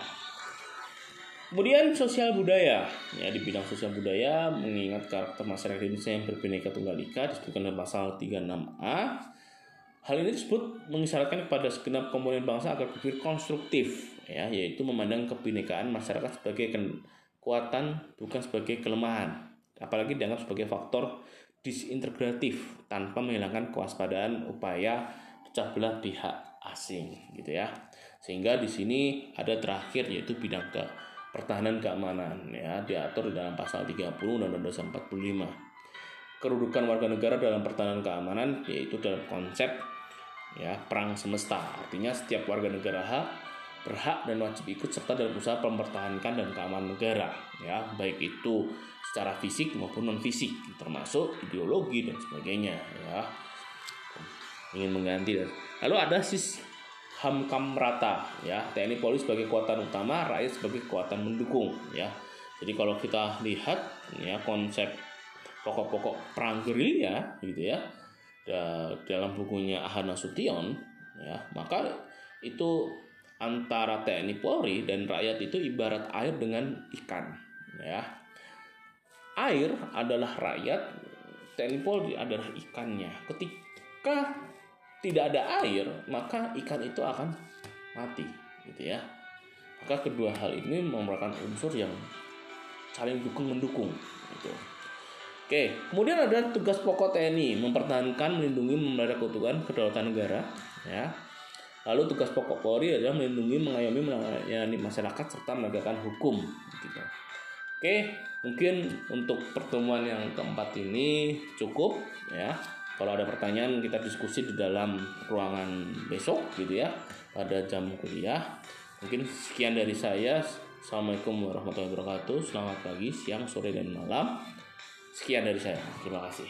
Kemudian sosial budaya, ya di bidang sosial budaya mengingat karakter masyarakat Indonesia yang berbineka tunggal ika disebutkan dalam pasal tiga puluh enam A. Hal ini disebut mengisyaratkan kepada segenap komponen bangsa agar berpikir konstruktif, ya, yaitu memandang kebinekaan masyarakat sebagai kekuatan bukan sebagai kelemahan, apalagi dianggap sebagai faktor disintegratif tanpa menghilangkan kewaspadaan upaya pecah belah pihak asing, gitu ya. Sehingga di sini ada terakhir yaitu bidang ke pertahanan keamanan ya diatur di dalam pasal tiga puluh Undang-Undang Dasar empat puluh lima. Kedudukan warga negara dalam pertahanan keamanan yaitu dalam konsep ya perang semesta. Artinya setiap warga negara hak berhak dan wajib ikut serta dalam usaha mempertahankan dan keamanan negara ya, baik itu secara fisik maupun non fisik termasuk ideologi dan sebagainya ya. Ingin mengganti dan lalu ada sis Hamkam rata ya, T N I Polri sebagai kekuatan utama, rakyat sebagai kekuatan mendukung ya. Jadi kalau kita lihat ya konsep pokok-pokok perang gerilya gitu ya dalam bukunya Ahad Nasution ya, maka itu antara T N I Polri dan rakyat itu ibarat air dengan ikan ya. Air adalah rakyat, T N I Polri adalah ikannya. Ketika tidak ada air, maka ikan itu akan mati, gitu ya. Maka kedua hal ini merupakan unsur yang saling dukung mendukung, gitu. Oke, kemudian ada tugas pokok T N I mempertahankan, melindungi, memelihara keutuhan kedaulatan negara, ya. Lalu tugas pokok Polri adalah melindungi, mengayomi, melayani masyarakat serta menegakkan hukum, gitu. Oke, mungkin untuk pertemuan yang keempat ini cukup, ya. Kalau ada pertanyaan kita diskusi di dalam ruangan besok gitu ya pada jam kuliah. Mungkin sekian dari saya. Assalamualaikum warahmatullahi wabarakatuh. Selamat pagi, siang, sore, dan malam. Sekian dari saya. Terima kasih.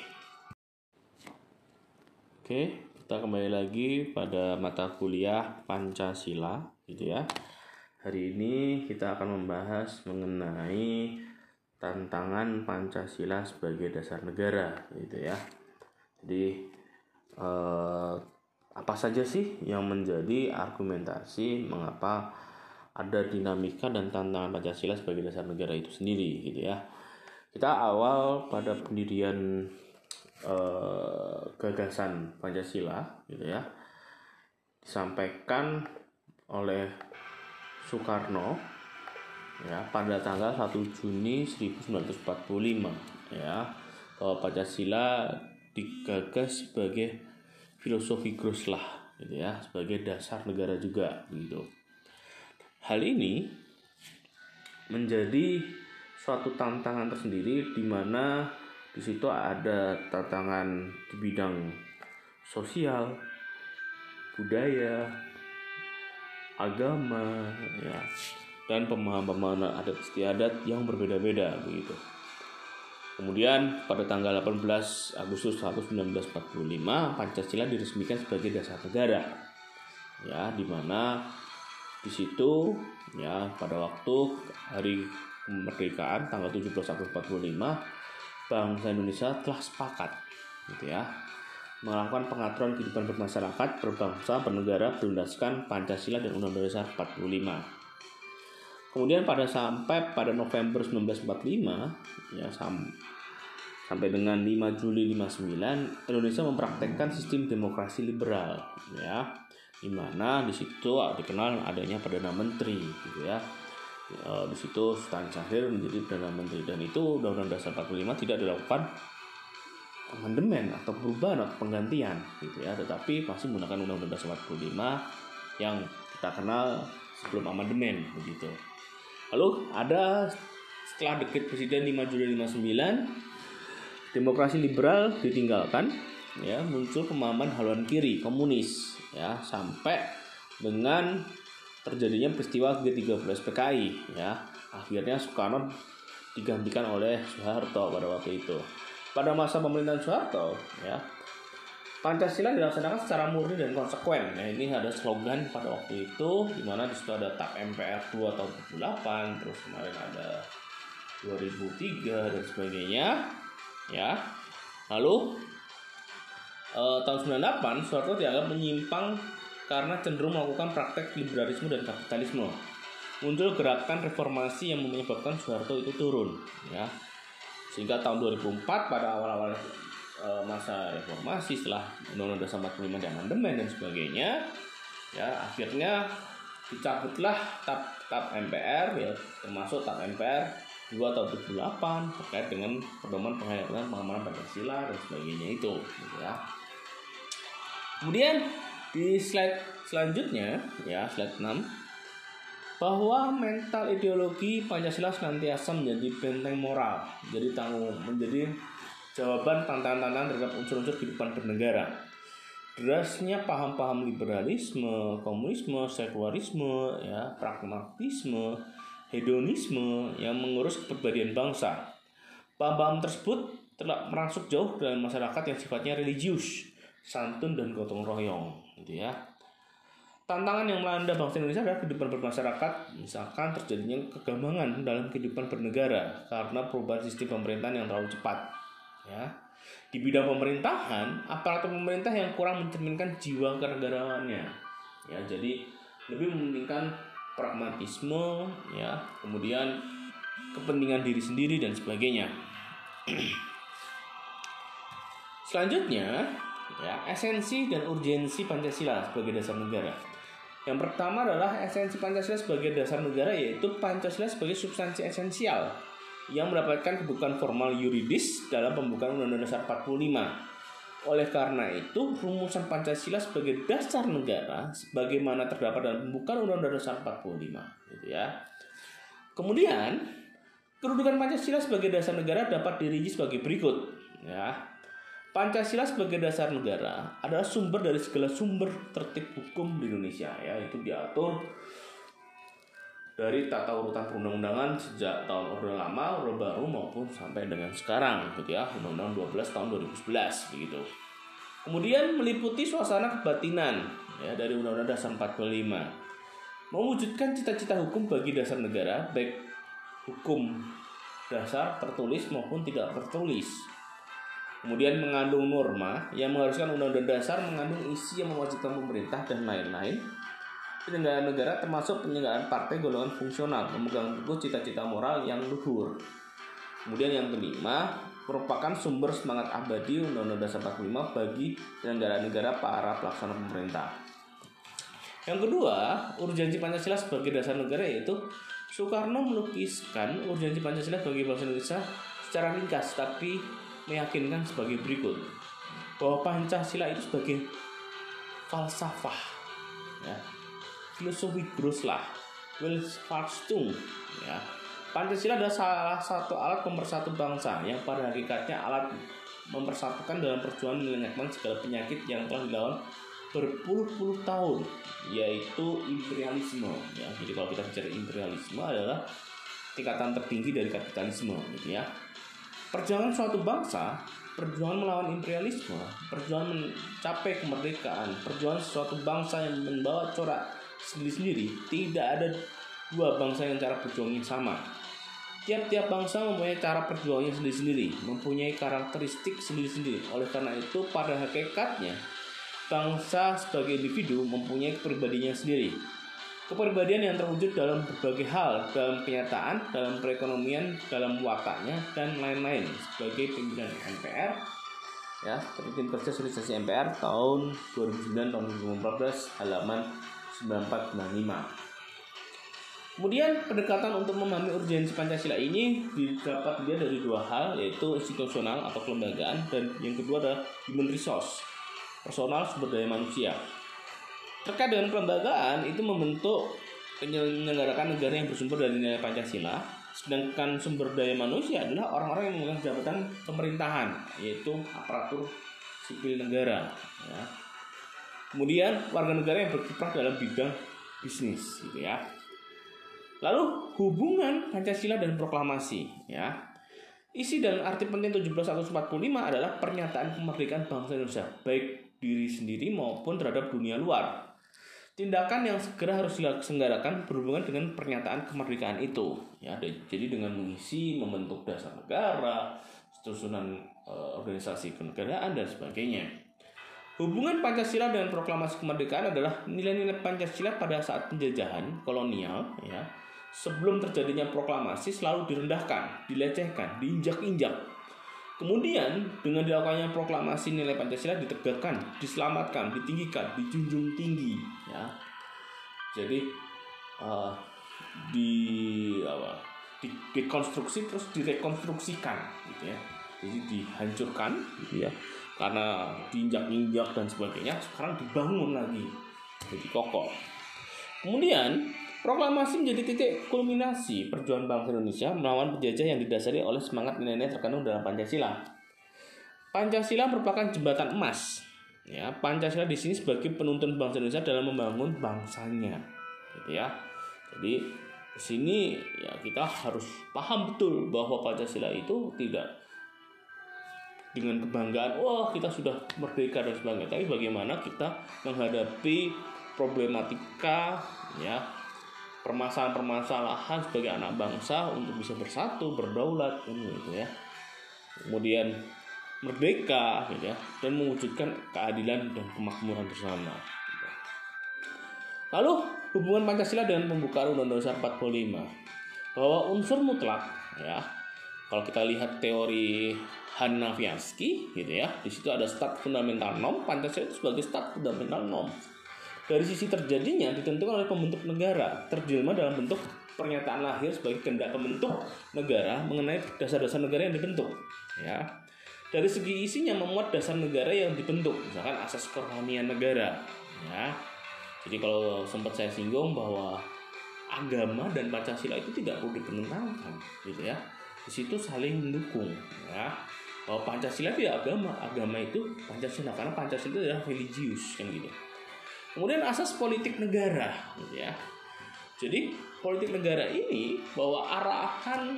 Oke, kita kembali lagi pada mata kuliah Pancasila gitu ya. Hari ini kita akan membahas mengenai tantangan Pancasila sebagai dasar negara gitu ya. Jadi eh, apa saja sih yang menjadi argumentasi mengapa ada dinamika dan tantangan Pancasila sebagai dasar negara itu sendiri gitu ya. Kita awal pada pendirian eh, gagasan Pancasila gitu ya, disampaikan oleh Soekarno ya pada tanggal satu Juni seribu sembilan ratus empat puluh lima ya, bahwa Pancasila digagas sebagai filosofi Groslah gitu ya, sebagai dasar negara juga gitu. Hal ini menjadi suatu tantangan tersendiri, di mana di situ ada tantangan di bidang sosial, budaya, agama, ya, dan pemahaman-pemahaman adat istiadat yang berbeda-beda begitu. Kemudian pada tanggal delapan belas Agustus seribu sembilan ratus empat puluh lima Pancasila diresmikan sebagai dasar negara. Ya, di mana di situ ya pada waktu hari kemerdekaan tanggal tujuh belas Agustus empat puluh lima bangsa Indonesia telah sepakat gitu ya melakukan pengaturan kehidupan bermasyarakat, berbangsa, bernegara berdasarkan Pancasila dan Undang-Undang Dasar empat puluh lima. Kemudian pada sampai pada November seribu sembilan ratus empat puluh lima ya sam, sampai dengan lima Juli lima puluh sembilan Indonesia mempraktekkan sistem demokrasi liberal ya, di mana di situ dikenal adanya Perdana Menteri gitu ya. E, di situ Sultan Syahrir menjadi Perdana Menteri, dan itu Undang-Undang Dasar empat puluh lima tidak dilakukan amandemen atau perubahan atau penggantian gitu ya, tetapi masih menggunakan Undang-Undang Dasar empat puluh lima yang kita kenal sebelum amandemen begitu. Lalu ada setelah dekret Presiden lima Juli lima puluh sembilan, demokrasi liberal ditinggalkan ya, muncul pemahaman haluan kiri komunis ya, sampai dengan terjadinya peristiwa G tiga puluh S P K I ya. Akhirnya Soekarno digantikan oleh Soeharto pada waktu itu. Pada masa pemerintahan Soeharto ya, Pancasila dilaksanakan secara murni dan konsekuen. Nah, ini ada slogan pada waktu itu, di mana di situ ada T A P M P R dua tahun dua ribu delapan, terus kemarin ada dua ribu tiga dan sebagainya ya. Lalu eh, tahun sembilan puluh delapan Soeharto dianggap menyimpang karena cenderung melakukan praktek liberalisme dan kapitalisme. Muncul gerakan reformasi yang menyebabkan Soeharto itu turun ya. Sehingga tahun dua ribu empat pada awal-awal e, masa reformasi setelah Undang-Undang Dasar empat puluh lima diamandemen dan sebagainya ya, akhirnya dicabutlah T A P M P R ya, termasuk T A P M P R dua tahun dua ribu delapan terkait dengan pedoman penghayatan pengamanan Pancasila dan sebagainya itu gitu ya. Kemudian di slide selanjutnya ya, slide enam, bahwa mental ideologi Pancasila senantiasa menjadi benteng moral, jadi tanggung menjadi jawaban tantangan-tantangan terhadap unsur-unsur kehidupan bernegara. Derasnya paham-paham liberalisme, komunisme, sekularisme, ya, pragmatisme, hedonisme yang mengurus kepribadian bangsa. Paham-paham tersebut telah merasuk jauh dalam masyarakat yang sifatnya religius, santun dan gotong royong, gitu ya. Tantangan yang melanda bangsa Indonesia adalah kehidupan bermasyarakat, misalkan terjadinya kegambangan dalam kehidupan bernegara karena perubahan sistem pemerintahan yang terlalu cepat. Ya, di bidang pemerintahan, aparatur pemerintah yang kurang mencerminkan jiwa kenegarawannya. Ya, jadi lebih mementingkan pragmatisme, ya, kemudian kepentingan diri sendiri dan sebagainya. Selanjutnya, ya, esensi dan urgensi Pancasila sebagai dasar negara. Yang pertama adalah esensi Pancasila sebagai dasar negara, yaitu Pancasila sebagai substansi esensial yang mendapatkan kedudukan formal yuridis dalam pembukaan Undang-Undang Dasar empat puluh lima. Oleh karena itu, rumusan Pancasila sebagai dasar negara sebagaimana terdapat dalam pembukaan Undang-Undang Dasar empat puluh lima, gitu ya. Kemudian, kedudukan Pancasila sebagai dasar negara dapat dirinci sebagai berikut, ya. Pancasila sebagai dasar negara adalah sumber dari segala sumber tertib hukum di Indonesia, ya, itu diatur dari tata urutan perundang-undangan sejak tahun Orde Lama, Orde Baru maupun sampai dengan sekarang, gitu ya, Undang-Undang dua belas tahun dua ribu sebelas begitu. Kemudian meliputi suasana kebatinan ya dari Undang-Undang Dasar empat puluh lima, mewujudkan cita-cita hukum bagi dasar negara, baik hukum dasar tertulis maupun tidak tertulis. Kemudian mengandung norma yang mengharuskan Undang-Undang Dasar mengandung isi yang mewajibkan pemerintah dan lain-lain. Penyelenggaraan negara termasuk penyelenggaraan partai golongan fungsional memegang teguh cita-cita moral yang luhur. Kemudian yang kelima, merupakan sumber semangat abadi Undang-Undang Dasar empat puluh lima bagi penyelenggaraan negara para pelaksana pemerintah. Yang kedua, urgensi Pancasila sebagai dasar negara, yaitu Soekarno melukiskan urgensi Pancasila bagi bangsa Indonesia secara ringkas tapi meyakinkan sebagai berikut, bahwa Pancasila itu sebagai falsafah, ya, filosofi Groslah, Weltverfassung, ya, Pancasila adalah salah satu alat pemersatu bangsa yang pada hakikatnya alat mempersatukan dalam perjuangan melenyapkan segala penyakit yang telah dilawan berpuluh-puluh tahun, yaitu imperialisme. Ya, jadi kalau kita bicara imperialisme adalah tingkatan tertinggi dari kapitalisme, gitu ya. Perjuangan suatu bangsa, perjuangan melawan imperialisme, perjuangan mencapai kemerdekaan, perjuangan suatu bangsa yang membawa corak sendiri-sendiri. Tidak ada dua bangsa yang cara berjuangnya sama. Tiap-tiap bangsa mempunyai cara perjuangannya sendiri-sendiri, mempunyai karakteristik sendiri-sendiri. Oleh karena itu, pada hakikatnya bangsa sebagai individu mempunyai kepribadiannya sendiri. Kepribadian yang terwujud dalam berbagai hal, dalam kenyataan, dalam perekonomian, dalam wataknya, dan lain-lain. Sebagai pimpinan M P R, ya, seperti tim kerja sosialisasi M P R tahun dua ribu sembilan tahun dua ribu empat belas halaman sembilan puluh empat sembilan puluh lima. Kemudian pendekatan untuk memahami urgensi Pancasila ini didapat dia dari dua hal, yaitu institusional atau kelembagaan, dan yang kedua adalah human resource, personal sumber daya manusia. Terkait dengan kelembagaan, itu membentuk menyelenggarakan negara yang bersumber dari nilai Pancasila, sedangkan sumber daya manusia adalah orang-orang yang memegang jabatan pemerintahan, yaitu aparatur sipil negara. Ya. Kemudian warga negara yang berkiprah dalam bidang bisnis, gitu ya. Lalu hubungan Pancasila dan proklamasi, ya. Isi dan arti penting tujuh belas Agustus empat puluh lima adalah pernyataan kemerdekaan bangsa Indonesia, baik diri sendiri maupun terhadap dunia luar. Tindakan yang segera harus diselenggarakan berhubungan dengan pernyataan kemerdekaan itu, ya. Jadi dengan mengisi, membentuk dasar negara, susunan e, organisasi kenegaraan dan sebagainya. Hubungan Pancasila dengan proklamasi kemerdekaan adalah nilai-nilai Pancasila pada saat penjajahan kolonial, ya. Sebelum terjadinya proklamasi selalu direndahkan, dilecehkan, diinjak-injak. Kemudian dengan dilakukannya proklamasi, nilai Pancasila ditegakkan, diselamatkan, ditinggikan, dijunjung tinggi, ya. Jadi uh, di apa? Di, dekonstruksi terus direkonstruksikan, gitu ya. Jadi dihancurkan, gitu ya. Karena diinjak-injak dan sebagainya, sekarang dibangun lagi, jadi kokoh. Kemudian proklamasi menjadi titik kulminasi perjuangan bangsa Indonesia melawan penjajah yang didasari oleh semangat nilai-nilai terkandung dalam Pancasila. Pancasila merupakan jembatan emas. Ya, Pancasila di sini sebagai penuntun bangsa Indonesia dalam membangun bangsanya, gitu ya. Jadi di sini ya kita harus paham betul bahwa Pancasila itu tidak dengan kebanggaan, wah kita sudah merdeka dan sebagainya. Tapi bagaimana kita menghadapi problematika, ya, permasalahan-permasalahan sebagai anak bangsa untuk bisa bersatu, berdaulat, gitu ya. Kemudian merdeka, gitu ya, dan mewujudkan keadilan dan kemakmuran bersama. Gitu. Lalu hubungan Pancasila dengan pembukaan Undang-Undang Dasar empat puluh lima, bahwa unsur mutlak, ya, kalau kita lihat teori Hanafiansky, gitu ya, di situ ada stat fundamental norm. Pancasila itu sebagai stat fundamental norm. Dari sisi terjadinya ditentukan oleh pembentuk negara, terjelma dalam bentuk pernyataan lahir sebagai kehendak pembentuk negara mengenai dasar-dasar negara yang dibentuk, ya. Dari segi isinya memuat dasar negara yang dibentuk, misalkan asas kerohanian negara, ya. Jadi kalau sempat saya singgung bahwa agama dan Pancasila itu tidak perlu dipertentangkan, gitu ya. Di situ saling mendukung, ya. Bahwa Pancasila tidak agama, agama itu Pancasila, karena Pancasila itu adalah religius, kan gitu. Kemudian asas politik negara, gitu ya. Jadi politik negara ini bahwa arahan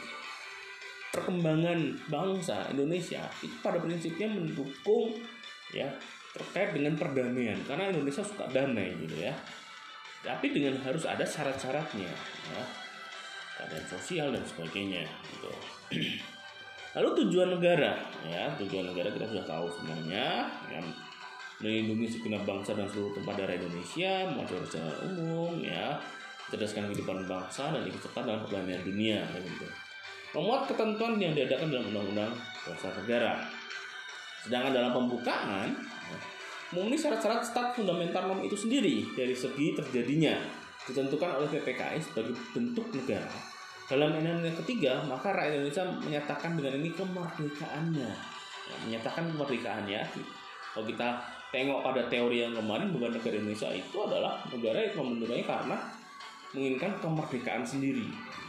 perkembangan bangsa Indonesia itu pada prinsipnya mendukung, ya, terkait dengan perdamaian, karena Indonesia suka damai, gitu ya. Tapi dengan harus ada syarat-syaratnya, ya, keadaan sosial dan sebagainya, gitu. Lalu tujuan negara, ya, tujuan negara kita sudah tahu sebenarnya, ya, melindungi segenap bangsa dan seluruh tumpah darah Indonesia, mengatur secara umum, ya, mencerdaskan kehidupan bangsa dan ikut serta dalam perdamaian dunia, gitu. Memuat ketentuan yang diadakan dalam Undang-Undang Dasar Negara. Sedangkan dalam pembukaan, ya, memenuhi syarat-syarat stat fundamental norm itu sendiri dari segi terjadinya ditentukan oleh P P K I sebagai bentuk negara. Dalam undang-undang ketiga, maka rakyat Indonesia menyatakan dengan ini kemerdekaannya, ya, menyatakan kemerdekaannya. Kalau kita tengok pada teori yang kemarin, bahwa negara Indonesia itu adalah negara yang membentuknya karena menginginkan kemerdekaan sendiri. Nah,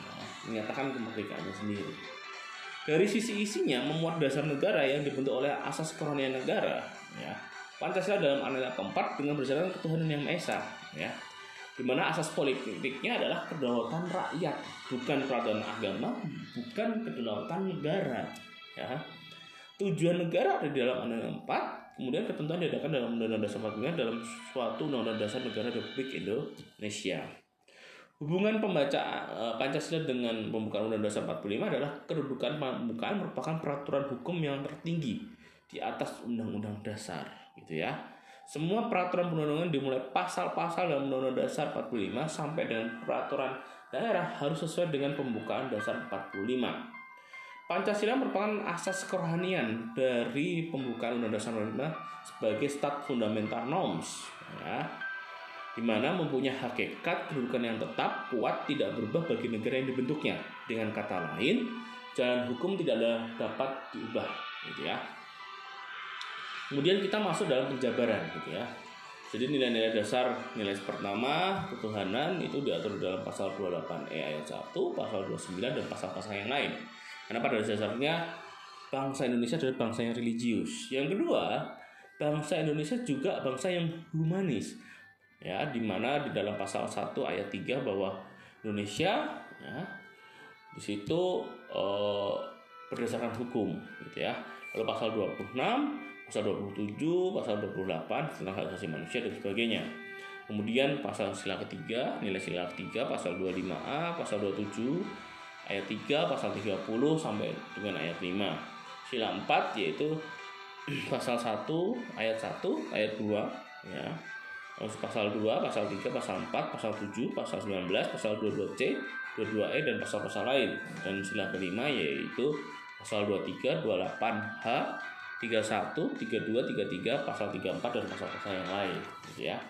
menyatakan kemerdekaannya sendiri. Dari sisi isinya memuat dasar negara yang dibentuk oleh asas kerohanian negara, ya. Pancasila dalam aneka keempat dengan berdasarkan ketuhanan yang Maha Esa, ya. Di mana asas politiknya adalah kedaulatan rakyat, bukan kedaulatan agama, bukan kedaulatan negara, ya. Tujuan negara ada di dalam aneka keempat, kemudian ketentuan diadakan dalam Undang-Undang Dasar empat puluh lima dalam suatu Undang-Undang Dasar Negara Republik Indonesia. Hubungan pembaca Pancasila dengan pembukaan Undang-Undang Dasar empat puluh lima adalah kedudukan pembukaan merupakan peraturan hukum yang tertinggi di atas Undang-Undang Dasar, gitu ya. Semua peraturan perundang-undangan dimulai pasal-pasal dalam Undang-Undang Dasar empat puluh lima sampai dengan peraturan daerah harus sesuai dengan pembukaan Dasar empat puluh lima. Pancasila merupakan asas kerohanian dari pembukaan Undang-Undang Dasar empat puluh lima sebagai stat fundamental norms, ya, di mana mempunyai hakikat kedudukan yang tetap, kuat, tidak berubah bagi negara yang dibentuknya. Dengan kata lain, jalan hukum tidak ada dapat diubah, gitu ya. Kemudian kita masuk dalam penjabaran, gitu ya. Jadi nilai-nilai dasar, nilai pertama ketuhanan itu diatur dalam pasal dua puluh delapan E ayat satu, pasal dua puluh sembilan dan pasal-pasal yang lain. Karena pada dasarnya bangsa Indonesia adalah bangsa yang religius. Yang kedua, bangsa Indonesia juga bangsa yang humanis. Ya, di mana di dalam pasal satu ayat tiga bahwa Indonesia, ya, di situ eh, berdasarkan hukum, gitu ya. Lalu pasal dua puluh enam, pasal dua puluh tujuh, pasal dua puluh delapan tentang hak asasi manusia dan sebagainya. Kemudian pasal sila ketiga, nilai sila ketiga, pasal dua puluh lima A, pasal dua puluh tujuh ayat tiga, pasal tiga puluh sampai dengan ayat lima. Sila empat yaitu pasal satu ayat satu, ayat dua, ya. Pasal dua, pasal tiga, pasal empat, pasal tujuh, pasal sembilan belas, pasal dua puluh dua C, dua puluh dua E dan pasal-pasal lain. Dan sila kelima yaitu pasal dua puluh tiga, dua puluh delapan H, tiga puluh satu, tiga puluh dua, tiga puluh tiga, pasal tiga puluh empat dan pasal-pasal yang lain, gitu ya.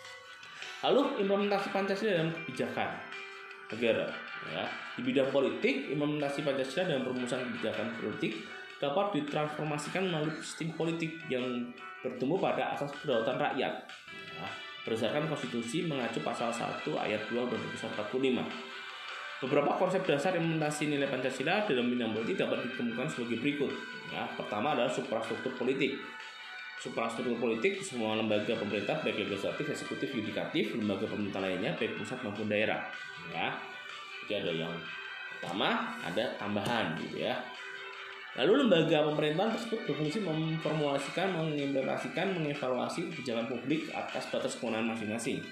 Lalu implementasi Pancasila dalam kebijakan negara, ya. Di bidang politik, implementasi Pancasila dalam perumusan kebijakan politik dapat ditransformasikan melalui sistem politik yang bertumbuh pada asas kedaulatan rakyat, ya, berdasarkan konstitusi mengacu pasal satu ayat dua Undang-Undang Dasar empat puluh lima. Beberapa konsep dasar implementasi nilai Pancasila dalam bidang politik dapat ditemukan sebagai berikut. Ya, pertama adalah suprastruktur politik. Suprastruktur politik semua lembaga pemerintah baik legislatif, eksekutif, yudikatif, lembaga pemerintah lainnya baik pusat maupun daerah. Ya, jadi ada yang pertama, ada tambahan, gitu ya. Lalu lembaga pemerintahan tersebut berfungsi memformulasikan, mengimplementasikan, mengevaluasi kebijakan publik atas batas kewenangan masing-masing.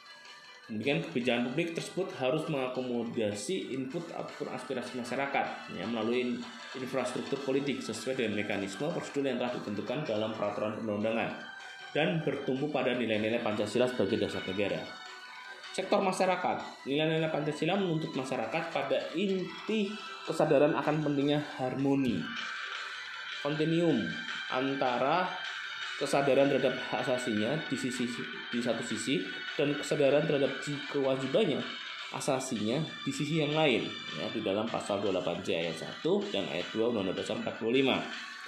Kemudian kebijakan publik tersebut harus mengakomodasi input ataupun aspirasi masyarakat, ya, melalui infrastruktur politik sesuai dengan mekanisme prosedur yang telah ditentukan dalam peraturan perundang-undangan dan bertumbuh pada nilai-nilai Pancasila sebagai dasar negara. Sektor masyarakat, nilai-nilai Pancasila menuntut masyarakat pada inti kesadaran akan pentingnya harmoni, kontinuum antara kesadaran terhadap hak asasinya di sisi di satu sisi dan kesadaran terhadap kewajibannya asasinya di sisi yang lain, ya, di dalam pasal dua puluh delapan C ayat satu dan ayat dua Undang-Undang Dasar empat puluh lima.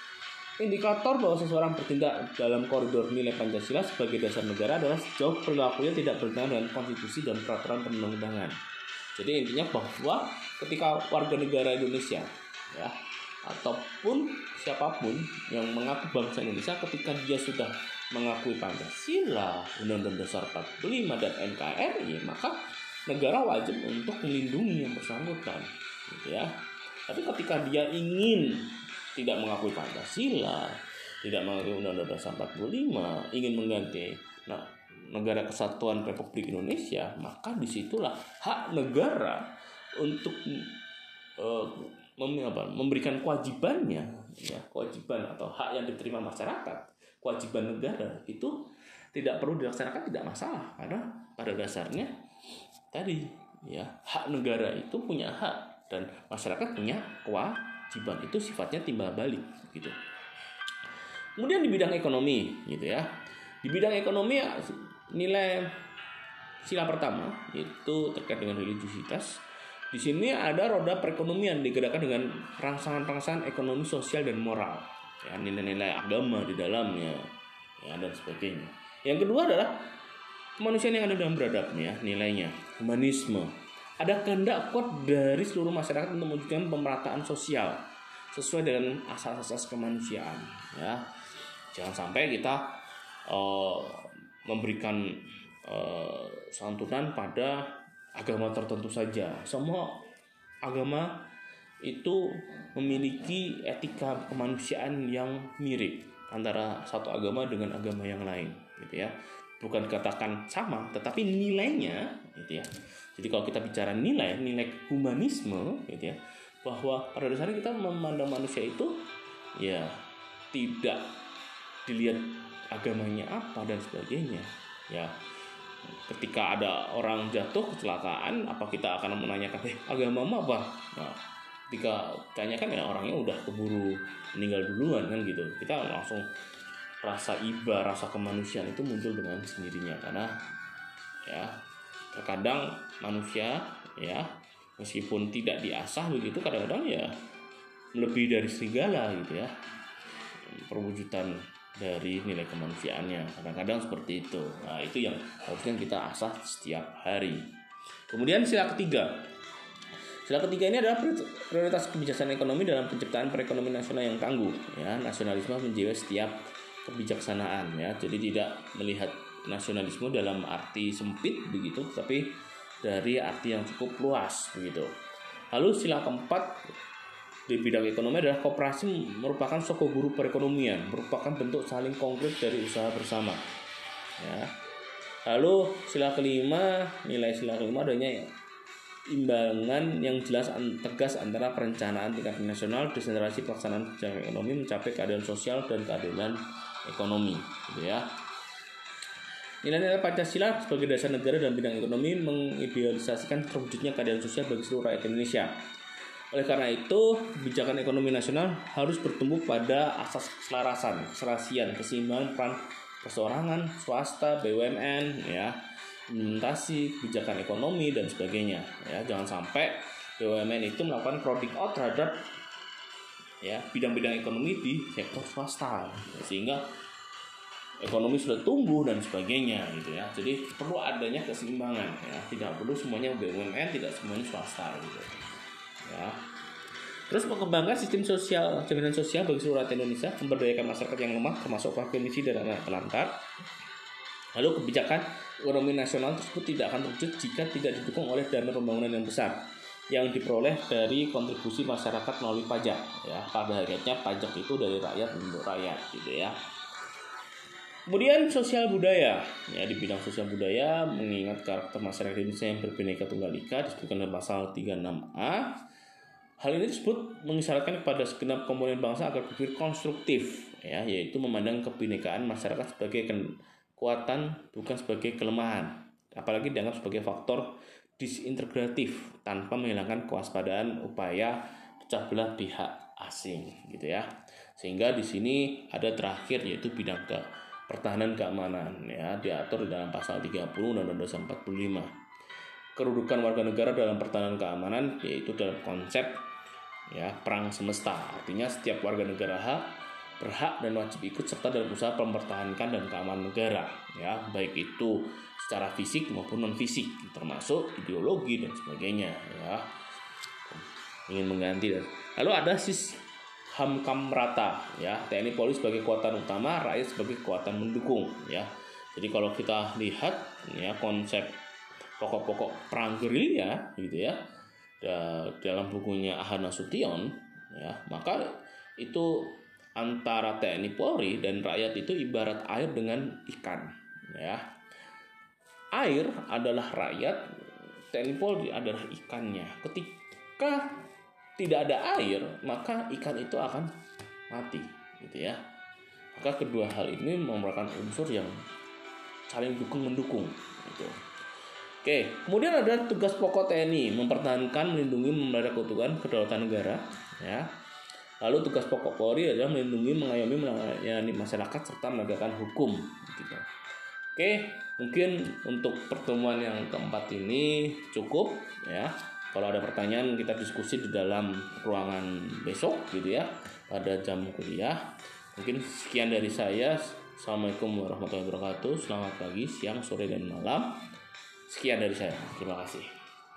Indikator bahwa seseorang bertindak dalam koridor nilai Pancasila sebagai dasar negara adalah sejauh perilakunya tidak bertentangan dengan konstitusi dan peraturan perundang-undangan. Jadi intinya bahwa ketika warga negara Indonesia, ya, ataupun siapapun yang mengaku bangsa Indonesia, ketika dia sudah mengakui Pancasila, Undang-Undang Dasar empat puluh lima dan N K R I, maka negara wajib untuk melindungi yang bersangkutan, gitu ya. Tapi ketika dia ingin tidak mengakui Pancasila, tidak mengakui Undang-Undang Dasar empat puluh lima, ingin mengganti nah, negara kesatuan Republik Indonesia, maka disitulah hak negara untuk uh, mem- apa, memberikan kewajibannya, ya, kewajiban atau hak yang diterima masyarakat, kewajiban negara itu tidak perlu dilaksanakan, tidak masalah, karena pada dasarnya tadi, ya, hak negara itu punya hak dan masyarakat punya kewajiban. Kewajiban itu sifatnya timbal balik, gitu. Kemudian di bidang ekonomi, gitu ya. Di bidang ekonomi nilai sila pertama itu terkait dengan religiusitas. Di sini ada roda perekonomian digerakkan dengan rangsangan-rangsangan ekonomi, sosial dan moral. Ya, nilai-nilai agama di dalamnya, ya, dan sebagainya. Yang kedua adalah kemanusiaan yang ada dalam beradabnya, nilainya, humanisme. ada kehendak kuat dari seluruh masyarakat untuk mewujudkan pemerataan sosial sesuai dengan asas-asas kemanusiaan. Ya, jangan sampai kita uh, memberikan uh, santunan pada agama tertentu saja. Semua agama itu memiliki etika kemanusiaan yang mirip antara satu agama dengan agama yang lain, gitu ya. Bukan dikatakan sama, tetapi nilainya, gitu ya. Jadi kalau kita bicara nilai, nilai humanisme, gitu ya, bahwa pada dasarnya kita memandang manusia itu ya tidak dilihat agamanya apa dan sebagainya. Ya, ketika ada orang jatuh kecelakaan, apa kita akan menanyakan, eh agamamu apa? Nah, ketika tanyakan ya orangnya udah keburu meninggal duluan kan gitu. Kita langsung rasa iba, rasa kemanusiaan itu muncul dengan sendirinya, karena ya terkadang manusia ya meskipun tidak diasah begitu, kadang-kadang ya lebih dari serigala gitu ya perwujudan dari nilai kemanusiaannya, kadang-kadang seperti itu. Nah, itu yang harusnya kita asah setiap hari. Kemudian sila ketiga. Sila ketiga ini adalah prioritas kebijaksanaan ekonomi dalam penciptaan perekonomian nasional yang tangguh. Ya, nasionalisme menjiwai setiap kebijaksanaan. Ya, jadi tidak melihat nasionalisme dalam arti sempit begitu, tapi dari arti yang cukup luas begitu. Lalu sila keempat di bidang ekonomi adalah koperasi merupakan soko guru perekonomian, merupakan bentuk saling konkret dari usaha bersama. Ya. Lalu sila kelima, nilai sila kelima adanya imbangan yang jelas tegas antara perencanaan tingkat nasional, desentralisasi pelaksanaan kebijakan ekonomi mencapai keadilan sosial dan keadilan ekonomi, gitu ya. Nilai-nilai Pancasila sebagai dasar negara dalam bidang ekonomi mengidealisasikan terwujudnya keadilan sosial bagi seluruh rakyat Indonesia. Oleh karena itu, kebijakan ekonomi nasional harus bertumbuh pada asas keselarasan, keserasian, keseimbangan peran perseorangan, swasta, B U M N, ya, implementasi kebijakan ekonomi dan sebagainya. Ya, jangan sampai B U M N itu melakukan crowding out terhadap ya bidang-bidang ekonomi di sektor swasta, sehingga ekonomi sudah tumbuh dan sebagainya, gitu ya. Jadi perlu adanya keseimbangan, ya. Tidak perlu semuanya B U M N, tidak semuanya swasta, gitu. Ya. Terus mengembangkan sistem sosial, jaminan sosial bagi seluruh rakyat Indonesia, memberdayakan masyarakat yang lemah, termasuk warga miskin dan anak terlantar. Lalu kebijakan ekonomi nasional tersebut tidak akan terwujud jika tidak didukung oleh dana pembangunan yang besar yang diperoleh dari kontribusi masyarakat melalui pajak. Ya, pada akhirnya pajak itu dari rakyat untuk rakyat, gitu ya. Kemudian sosial budaya, ya di bidang sosial budaya mengingat karakter masyarakat Indonesia yang berbineka tunggal ika disebutkan dalam pasal tiga puluh enam A. Hal ini disebut mengisyaratkan kepada segenap komponen bangsa agar berpikir konstruktif, ya, yaitu memandang kebinekaan masyarakat sebagai kekuatan bukan sebagai kelemahan, apalagi dianggap sebagai faktor disintegratif tanpa menghilangkan kewaspadaan upaya pecah belah pihak asing, gitu ya. Sehingga di sini ada terakhir yaitu bidang ke pertahanan keamanan, ya, diatur di dalam pasal tiga puluh Undang-Undang Dasar empat puluh lima. Kedudukan warga negara dalam pertahanan keamanan yaitu dalam konsep ya perang semesta, artinya setiap warga negara hak, berhak dan wajib ikut serta dalam usaha mempertahankan dan keamanan negara, ya, baik itu secara fisik maupun non fisik, termasuk ideologi dan sebagainya, ya. Ingin mengganti dan lalu ada sis Hamkam rata, ya, T N I Polri sebagai kekuatan utama, rakyat sebagai kekuatan mendukung, ya. Jadi kalau kita lihat ya konsep pokok-pokok perang gerilya, gitu ya, dalam bukunya Ahad Nasution, ya, maka itu antara T N I Polri dan rakyat itu ibarat air dengan ikan, ya. Air adalah rakyat, T N I Polri adalah ikannya. Ketika tidak ada air, maka ikan itu akan mati, gitu ya. Maka kedua hal ini merupakan unsur yang saling dukung mendukung, gitu. Oke, kemudian ada tugas pokok T N I, mempertahankan, melindungi, memelihara keutuhan kedaulatan negara, ya. Lalu tugas pokok Polri adalah melindungi, mengayomi, melayani masyarakat serta menegakkan hukum, gitu. Oke, mungkin untuk pertemuan yang keempat ini cukup, ya. Kalau ada pertanyaan kita diskusi di dalam ruangan besok, gitu ya, pada jam kuliah. Mungkin sekian dari saya. Assalamualaikum warahmatullahi wabarakatuh. Selamat pagi, siang, sore, dan malam. Sekian dari saya. Terima kasih.